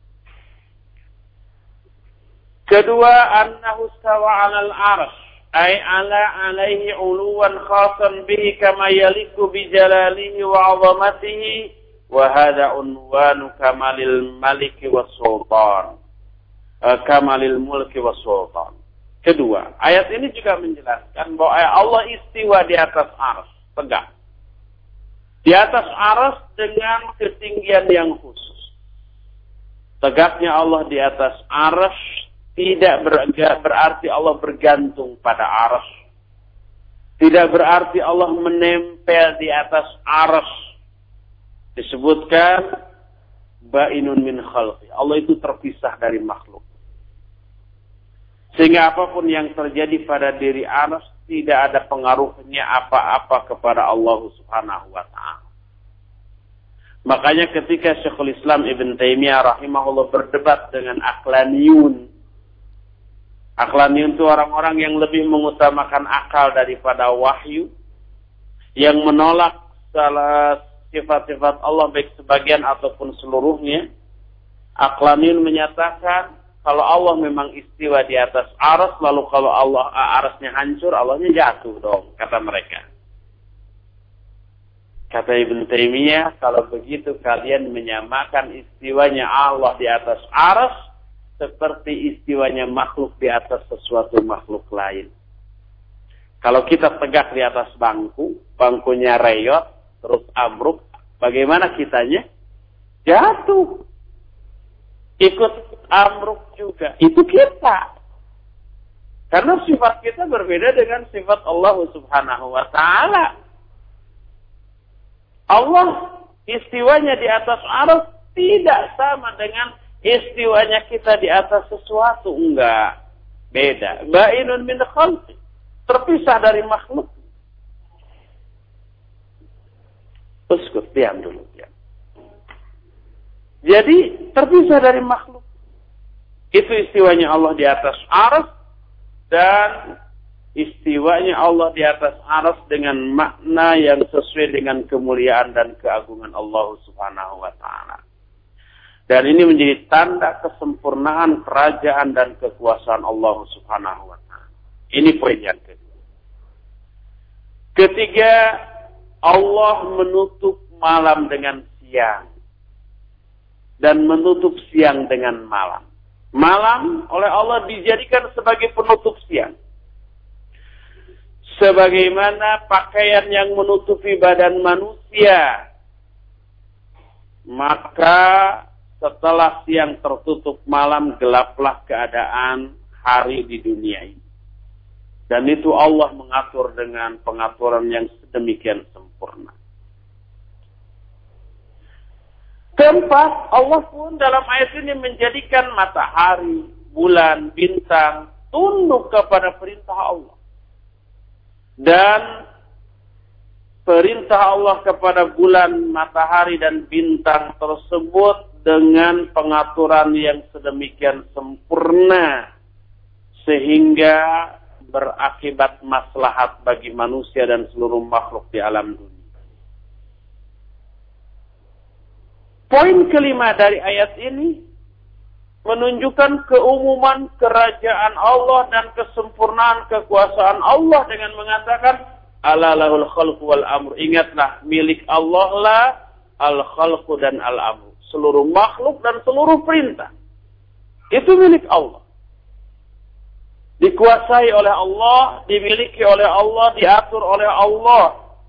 S1: Kedua, annahu stawa 'alal 'arsy, ay alaihi 'uluwan khasan bihi kama yaliku bi jalalihi wa 'azamatihi. Wahada unwanu kamalil maliki was sultan. Kamalil mulki was sultan. Kedua, ayat ini juga menjelaskan bahwa Allah istiwa di atas arsy, tegak. Di atas arsy dengan ketinggian yang khusus. Tegaknya Allah di atas arsy tidak berarti Allah bergantung pada arsy. Tidak berarti Allah menempel di atas arsy. Disebutkan ba'inun min khalqi. Allah itu terpisah dari makhluk. Sehingga apapun yang terjadi pada diri arsy tidak ada pengaruhnya apa-apa kepada Allah Subhanahu wa ta'ala. Makanya ketika Syekhul Islam Ibn Taimiyah rahimahullah berdebat dengan Aqlaniyun. Aqlaniyun itu orang-orang yang lebih mengutamakan akal daripada wahyu. Yang menolak salah sifat-sifat Allah baik sebagian ataupun seluruhnya. Aqlaniyun menyatakan kalau Allah memang istiwa di atas arsy, lalu kalau Allah arsy-nya hancur, Allahnya jatuh dong, kata mereka. Kata Ibn Taimiyah, kalau begitu kalian menyamakan istiwanya Allah di atas arsy seperti istiwanya makhluk di atas sesuatu makhluk lain. Kalau kita tegak di atas bangku, bangkunya reyot, terus ambruk, bagaimana kitanya? Jatuh. Ikut ambruk juga. Itu kita. Karena sifat kita berbeda dengan sifat Allah Subhanahu wa ta'ala. Allah istiwanya di atas aras tidak sama dengan istiwanya kita di atas sesuatu. Enggak. Beda. Ba'inun min khalqi. Terpisah dari makhluk. Uskut, diam dulu. Diam. Jadi, terpisah dari makhluk. Itu istiwanya Allah di atas aras. Dan istiwanya Allah di atas aras dengan makna yang sesuai dengan kemuliaan dan keagungan Allah Subhanahu wa ta'ala. Dan ini menjadi tanda kesempurnaan kerajaan dan kekuasaan Allah Subhanahu wa ta'ala. Ini poin yang kedua. Ketiga, Allah menutup malam dengan siang. Dan menutup siang dengan malam. Malam oleh Allah dijadikan sebagai penutup siang. Sebagaimana pakaian yang menutupi badan manusia. Maka setelah siang tertutup malam, gelaplah keadaan hari di dunia ini. Dan itu Allah mengatur dengan pengaturan yang sedemikian sempurna. Keempat, Allah pun dalam ayat ini menjadikan matahari, bulan, bintang tunduk kepada perintah Allah. Dan perintah Allah kepada bulan, matahari, dan bintang tersebut dengan pengaturan yang sedemikian sempurna sehingga berakibat maslahat bagi manusia dan seluruh makhluk di alam dunia. Poin kelima dari ayat ini menunjukkan keumuman kerajaan Allah dan kesempurnaan kekuasaan Allah dengan mengatakan ala lahul khalqu wal amr. Ingatlah, milik Allah lah al-khalqu dan al-amr. Seluruh makhluk dan seluruh perintah. Itu milik Allah. Dikuasai oleh Allah, dimiliki oleh Allah, diatur oleh Allah.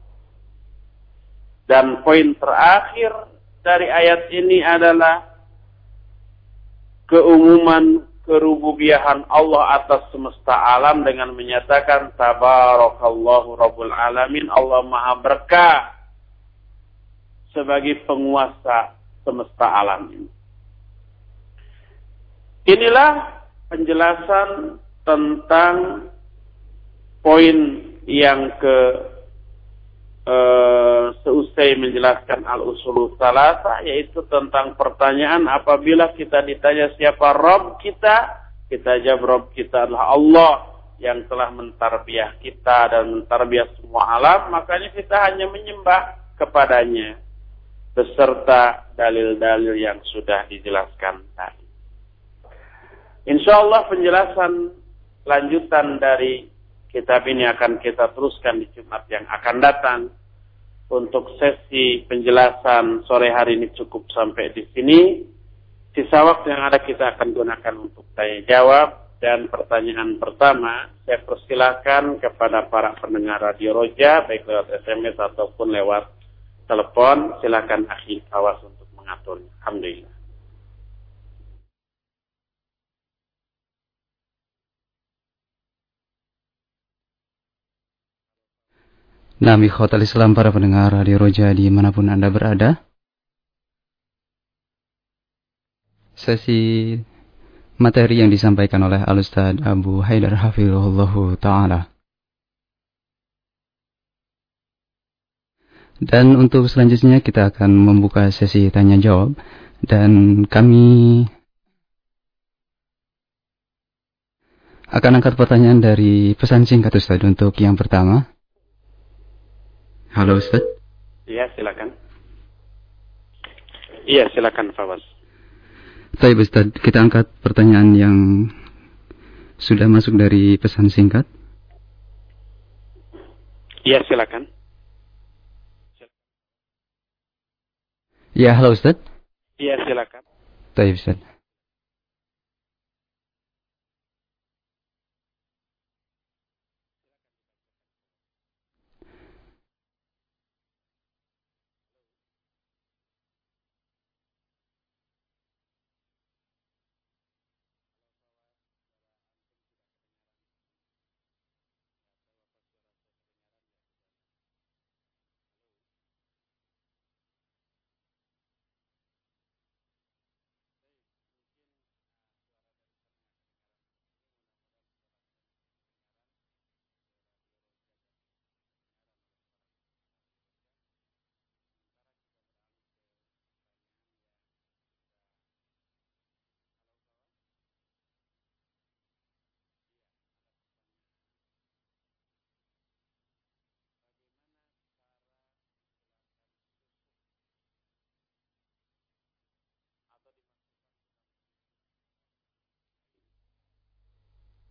S1: Dan poin terakhir dari ayat ini adalah keumuman kerububiahan Allah atas semesta alam dengan menyatakan tabarakallahu rabbul alamin. Allah maha berkah sebagai penguasa semesta alam ini. Inilah penjelasan tentang poin yang seusai menjelaskan al-usulul tsalatsa, yaitu tentang pertanyaan apabila kita ditanya siapa Rabb kita, kita jawab Rabb kita adalah Allah yang telah mentarbiah kita dan mentarbiah semua alam, makanya kita hanya menyembah kepadanya beserta dalil-dalil yang sudah dijelaskan tadi. Insyaallah penjelasan lanjutan dari kitab ini akan kita teruskan di Jumat yang akan datang. Untuk sesi penjelasan sore hari ini cukup sampai di sini. Sisa waktu yang ada kita akan gunakan untuk tanya jawab. Dan pertanyaan pertama, saya persilakan kepada para pendengar Radio Roja, baik lewat SMS ataupun lewat telepon. Silakan Akhi Awas untuk mengaturnya. Alhamdulillah.
S2: Nah, ikhwatal Islam, para pendengar Radio Roja dimanapun Anda berada. Sesi materi yang disampaikan oleh Al-Ustaz Abu Haidar Hafizahullahu Ta'ala. Dan untuk selanjutnya kita akan membuka sesi tanya jawab. Dan kami akan angkat pertanyaan dari pesan singkat Ustaz untuk yang pertama. Halo Ustaz.
S1: Iya, silakan. Iya, silakan Fawaz.
S2: Baik Ustaz, kita angkat pertanyaan yang sudah masuk dari pesan singkat.
S1: Iya, silakan.
S2: Ya, halo Ustaz.
S1: Iya, silakan.
S2: Baik Ustaz.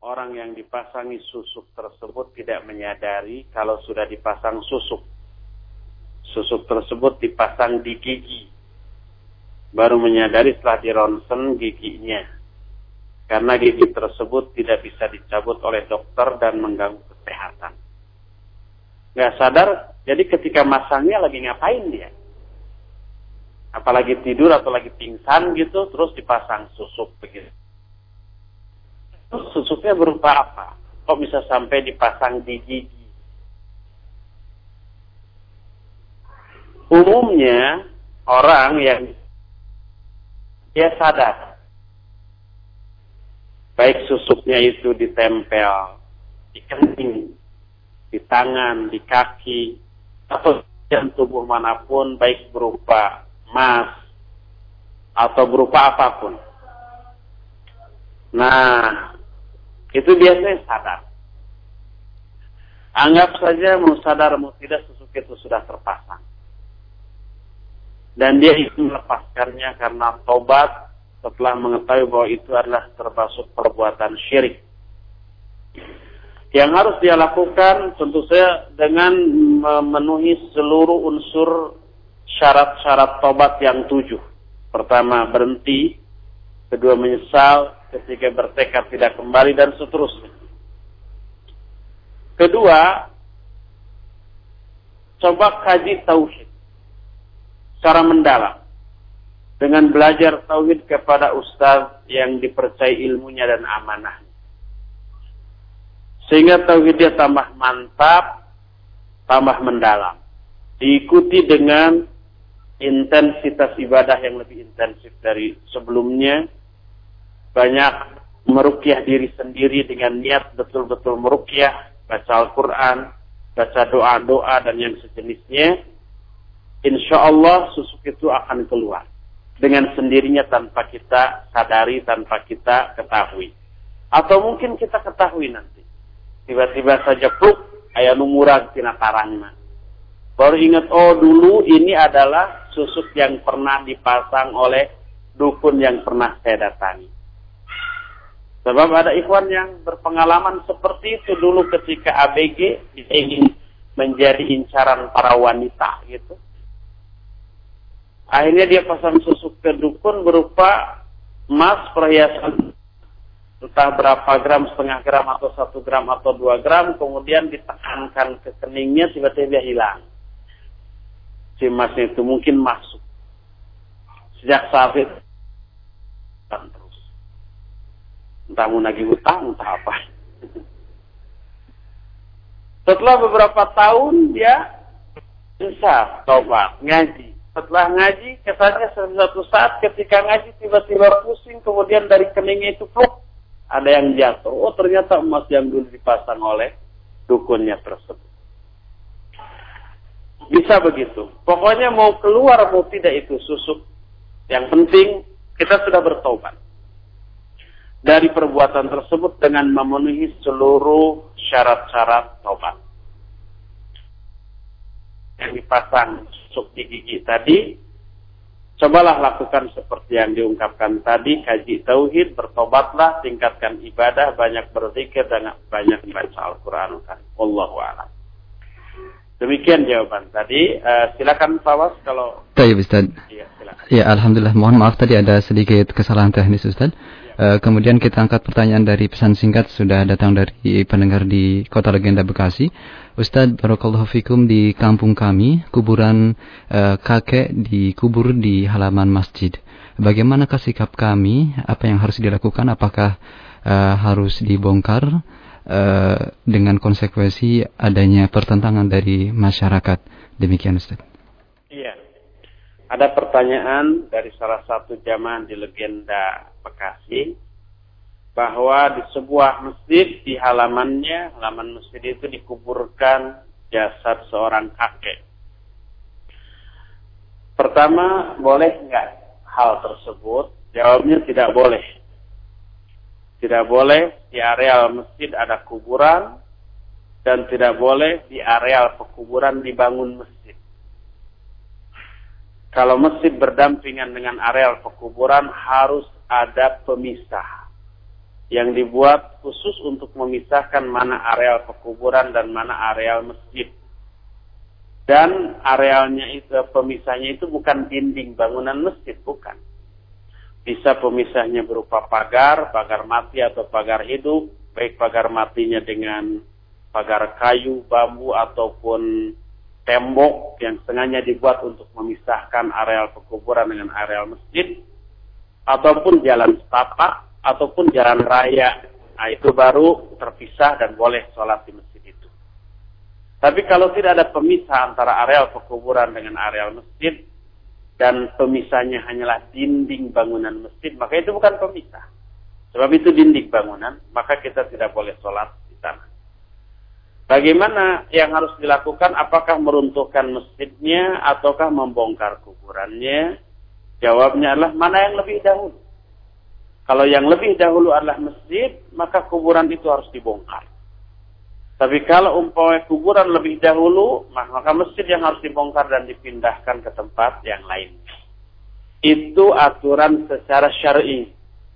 S1: orang yang dipasangi susuk tersebut tidak menyadari kalau sudah dipasang susuk. Susuk tersebut dipasang di gigi. Baru menyadari setelah dironsen giginya. Karena gigi tersebut tidak bisa dicabut oleh dokter dan mengganggu kesehatan. Nggak sadar, jadi ketika masangnya lagi ngapain dia? Apalagi tidur atau lagi pingsan gitu, terus dipasang susuk begitu. Terus susuknya berupa apa? Kok bisa sampai dipasang di gigi? Umumnya orang yang dia sadar, baik susuknya itu ditempel di kening, di tangan, di kaki, atau di tubuh manapun, baik berupa emas atau berupa apapun. Nah, itu biasanya sadar. Anggap saja mau sadar mau tidak susuk itu sudah terpasang. Dan dia itu melepaskannya karena tobat setelah mengetahui bahwa itu adalah termasuk perbuatan syirik. Yang harus dia lakukan tentu saja dengan memenuhi seluruh unsur syarat-syarat tobat yang 7. Pertama, berhenti. Kedua, menyesal. Ketiga, bertekad tidak kembali, dan seterusnya. Kedua, coba kaji tauhid secara mendalam dengan belajar tauhid kepada ustaz yang dipercaya ilmunya dan amanahnya, sehingga tauhidnya tambah mantap, tambah mendalam, diikuti dengan intensitas ibadah yang lebih intensif dari sebelumnya. Banyak meruqyah diri sendiri dengan niat betul-betul meruqyah, baca Al-Quran, baca doa-doa dan yang sejenisnya. Insya Allah susuk itu akan keluar dengan sendirinya tanpa kita sadari, tanpa kita ketahui. Atau mungkin kita ketahui nanti. Tiba-tiba saja pluk, aya numurag tina tarangna. Baru ingat, oh dulu ini adalah susuk yang pernah dipasang oleh dukun yang pernah saya datangi. Sebab ada ikhwan yang berpengalaman seperti itu dulu ketika ABG ingin menjadi incaran para wanita gitu. Akhirnya dia pasang susuk ke dukun berupa emas perhiasan entah berapa gram, setengah gram atau 1 gram atau 2 gram, kemudian ditekankan ke keningnya, tiba-tiba hilang. Si emasnya itu mungkin masuk. Sejak saat itu terus. Entah mau nagih hutang, entah apa. Setelah beberapa tahun dia insaf, tobat, ngaji. Setelah ngaji, kesannya suatu saat ketika ngaji tiba-tiba pusing, kemudian dari keningnya itu pluk, ada yang jatuh. Oh, ternyata emas yang dulu dipasang oleh dukunnya tersebut. Bisa begitu. Pokoknya mau keluar mau tidak itu susuk. Yang penting kita sudah bertobat dari perbuatan tersebut dengan memenuhi seluruh syarat-syarat tobat. Yang dipasang susuk di gigi tadi, cobalah lakukan seperti yang diungkapkan tadi, kaji tauhid, bertobatlah, tingkatkan ibadah, banyak berzikir dan banyak membaca Al-Qur'an. Wallahu a'lam. Demikian jawaban tadi. Silakan Fawas kalau.
S2: Baik Ustaz.
S1: Iya, silakan.
S2: Ya, alhamdulillah. Mohon maaf tadi ada sedikit kesalahan teknis Ustaz. Kemudian kita angkat pertanyaan dari pesan singkat sudah datang dari pendengar di Kota Legenda Bekasi. Ustaz, barakallahu fikum, di kampung kami kuburan kakek dikubur di halaman masjid. Bagaimanakah sikap kami? Apa yang harus dilakukan? Apakah harus dibongkar dengan konsekuensi adanya pertentangan dari masyarakat? Demikian Ustaz.
S1: Iya. Ada pertanyaan dari salah satu jamaah di Legenda Bekasi bahwa di sebuah masjid di halaman masjid itu dikuburkan jasad seorang kakek. Pertama, boleh enggak hal tersebut? Jawabnya tidak boleh. Tidak boleh di areal masjid ada kuburan dan tidak boleh di areal pekuburan dibangun masjid. Kalau masjid berdampingan dengan areal pekuburan harus ada pemisah. yang dibuat khusus untuk memisahkan mana areal pekuburan dan mana areal masjid. Dan arealnya itu, pemisahnya itu bukan dinding bangunan masjid, bukan. Bisa pemisahnya berupa pagar, pagar mati atau pagar hidup, baik pagar matinya dengan pagar kayu, bambu, ataupun tembok yang sengaja dibuat untuk memisahkan areal pekuburan dengan areal masjid, ataupun jalan setapak, ataupun jalan raya. Nah, itu baru terpisah dan boleh sholat di masjid itu. Tapi kalau tidak ada pemisah antara areal pekuburan dengan areal masjid, dan pemisahnya hanyalah dinding bangunan masjid, maka itu bukan pemisah. Sebab itu dinding bangunan, maka kita tidak boleh sholat di sana. Bagaimana yang harus dilakukan? Apakah meruntuhkan masjidnya ataukah membongkar kuburannya? Jawabnya adalah mana yang lebih dahulu. Kalau yang lebih dahulu adalah masjid, maka kuburan itu harus dibongkar. Tapi kalau umpamanya kuburan lebih dahulu, maka masjid yang harus dibongkar dan dipindahkan ke tempat yang lain. Itu aturan secara syar'i.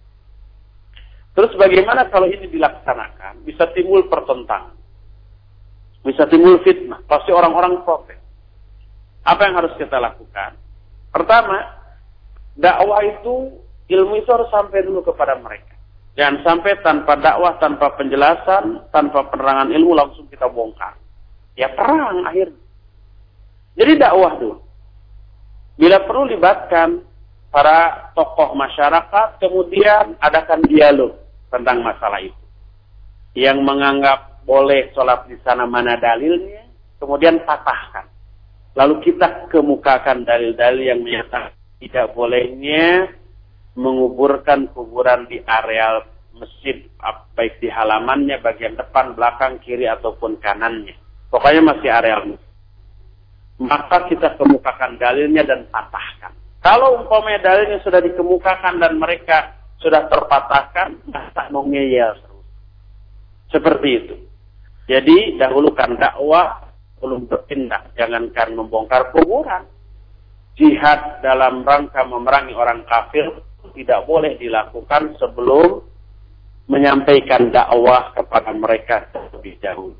S1: Terus bagaimana kalau ini dilaksanakan? Bisa timbul pertentangan. Bisa timbul fitnah. Pasti orang-orang protes. Apa yang harus kita lakukan? Pertama, dakwah itu, ilmu itu harus sampai dulu kepada mereka. Jangan sampai tanpa dakwah, tanpa penjelasan, tanpa penerangan ilmu langsung kita bongkar. Ya perang akhirnya. Jadi dakwah dulu. Bila perlu libatkan para tokoh masyarakat, kemudian adakan dialog tentang masalah itu. Yang menganggap boleh sholat di sana mana dalilnya, kemudian patahkan. Lalu kita kemukakan dalil-dalil yang menyatakan tidak bolehnya menguburkan kuburan di areal masjid, baik di halamannya, bagian depan, belakang, kiri, ataupun kanannya. Pokoknya masih areal masjid. Maka kita kemukakan dalilnya dan patahkan. Kalau umpamanya dalilnya sudah dikemukakan dan mereka sudah terpatahkan, masa mau ngeyel terus. Seperti itu. Jadi dahulukan dakwah, belum bertindak. Jangankan membongkar kuburan. Jihad dalam rangka memerangi orang kafir tidak boleh dilakukan sebelum menyampaikan dakwah kepada mereka terlebih dahulu.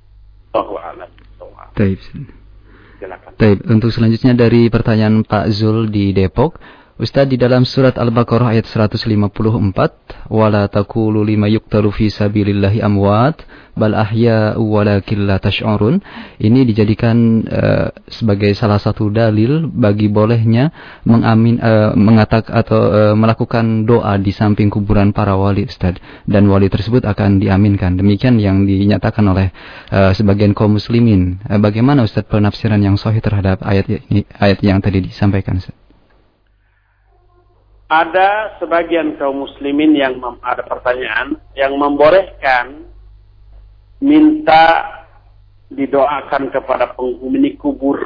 S2: Baik, untuk selanjutnya dari pertanyaan Pak Zul di Depok. Ustaz, di dalam surat Al-Baqarah ayat 154, wala taqulu lima yuqtalu fi sabilillahi amwat bal ahya'u walakin la tash'urun. Ini dijadikan sebagai salah satu dalil bagi bolehnya mengatakan atau melakukan doa di samping kuburan para wali, Ustaz, dan wali tersebut akan diaminkan. Demikian yang dinyatakan oleh sebagian kaum muslimin. Bagaimana Ustaz penafsiran yang sahih terhadap ayat ini, ayat yang tadi disampaikan, Ustaz?
S1: Ada sebagian kaum muslimin yang ada pertanyaan yang membolehkan minta didoakan kepada penghuni kubur.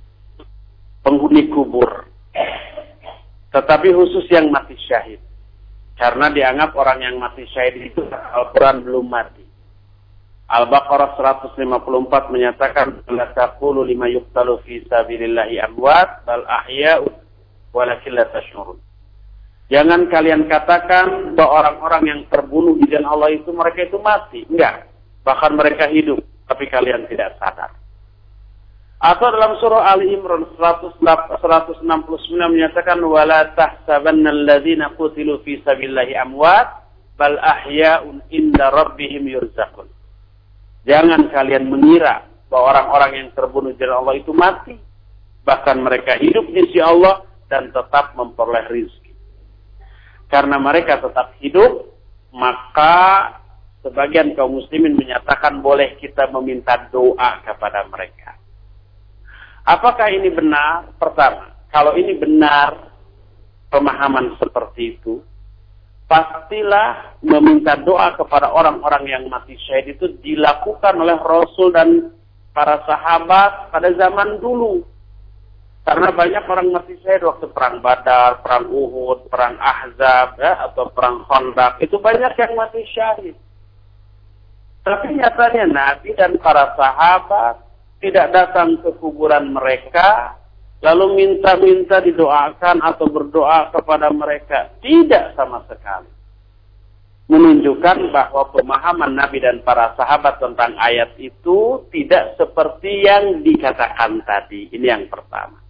S1: Tetapi khusus yang mati syahid. Karena dianggap orang yang mati syahid itu Al-Quran belum mati. Al-Baqarah 154 menyatakan la taqulu lima yuqtalu fi sabilillahi amwat bal ahya'u walakin la tash'urun. Jangan kalian katakan bahwa orang-orang yang terbunuh di jalan Allah itu mereka itu mati. Enggak. Bahkan mereka hidup. Tapi kalian tidak sadar. Atau dalam surah Ali Imran 169 menyatakan wala tahsabanna alladziina qutilu fi sabilillahi amwat bal ahya'un inda rabbihim yurzaqun. Jangan kalian mengira bahwa orang-orang yang terbunuh di jalan Allah itu mati. Bahkan mereka hidup di sisi Allah dan tetap memperoleh rezeki. Karena mereka tetap hidup, maka sebagian kaum muslimin menyatakan boleh kita meminta doa kepada mereka. Apakah ini benar? Pertama, kalau ini benar pemahaman seperti itu, pastilah meminta doa kepada orang-orang yang mati syahid itu dilakukan oleh Rasul dan para sahabat pada zaman dulu. Karena banyak orang mati syahid waktu perang Badar, perang Uhud, perang Ahzab, ya, atau perang Khandaq. Itu banyak yang mati syahid. Tapi nyatanya Nabi dan para sahabat tidak datang ke kuburan mereka, lalu minta-minta didoakan atau berdoa kepada mereka. Tidak sama sekali. menunjukkan bahwa pemahaman Nabi dan para sahabat tentang ayat itu tidak seperti yang dikatakan tadi. Ini yang pertama.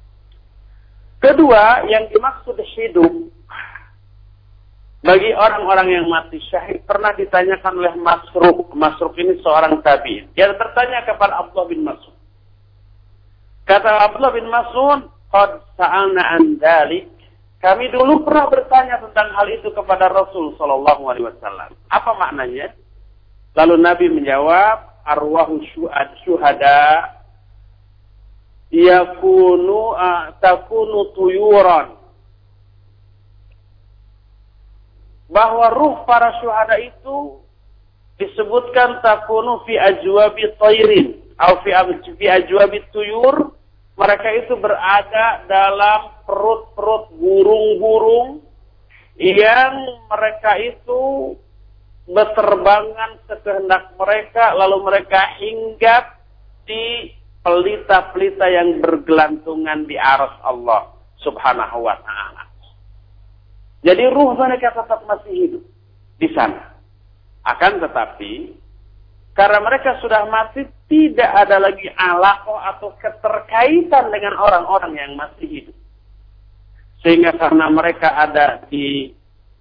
S1: Kedua, yang dimaksud hidup bagi orang-orang yang mati syahid pernah ditanyakan oleh Masruq. Masruq ini seorang tabi'in. Dia bertanya kepada Abdullah bin Mas'ud. Kata Abdullah bin Mas'ud, "Qad sa'alna an dzalik." Kami dulu pernah bertanya tentang hal itu kepada Rasul sallallahu alaihi wasallam. Apa maknanya? Lalu Nabi menjawab, "Arwahu syuhada takunu tuyuran." Bahwa ruh para syuhada itu disebutkan takunu fi ajwabi tayrin atau fi ajwabi tuyur. Mereka itu berada dalam perut-perut burung-burung yang mereka itu berterbangan sekehendak mereka, lalu mereka hinggap di pelita-pelita yang bergelantungan di arsy Allah Subhanahu wa ta'ala. Jadi ruh mereka tetap masih hidup di sana. Akan tetapi karena mereka sudah mati, tidak ada lagi alaqah atau keterkaitan dengan orang-orang yang masih hidup. Sehingga karena mereka ada di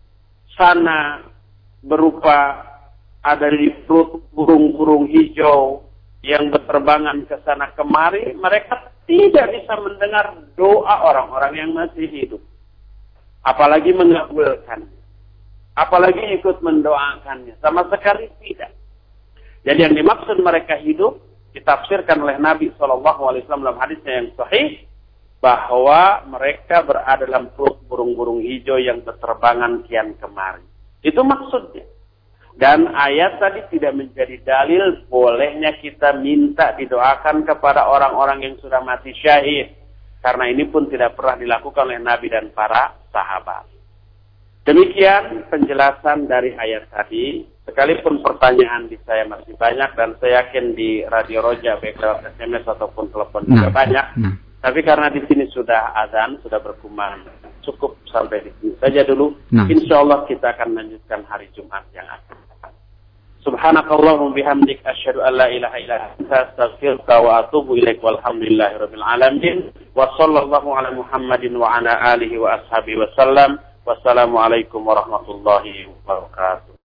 S1: sana berupa ada di perut burung-burung hijau yang berterbangan ke sana kemari, mereka tidak bisa mendengar doa orang-orang yang masih hidup. Apalagi mengabulkan. Apalagi ikut mendoakannya. Sama sekali tidak. Jadi yang dimaksud mereka hidup ditafsirkan oleh Nabi SAW dalam hadisnya yang sahih bahwa mereka berada dalam perut burung-burung hijau yang berterbangan kian kemari. Itu maksudnya. Dan ayat tadi tidak menjadi dalil bolehnya kita minta didoakan kepada orang-orang yang sudah mati syahid. Karena ini pun tidak pernah dilakukan oleh Nabi dan para sahabat. Demikian penjelasan dari ayat tadi. Sekalipun pertanyaan di saya masih banyak dan saya yakin di Radio Roja baik lewat SMS ataupun telepon juga banyak. Tapi karena di sini sudah azan, sudah berkumandang, cukup sampai di sini saja dulu. Insyaallah kita akan lanjutkan hari Jumat yang akan datang. Subhanakallahumma bihamdik asyhadu an la ilaha illa anta astaghfiruka wa atubu ilaik walhamdulillahirabbil alamin wa sallallahu ala Muhammadin wa ala alihi wa ashabihi wasallam. Wassalamualaikum warahmatullahi wabarakatuh.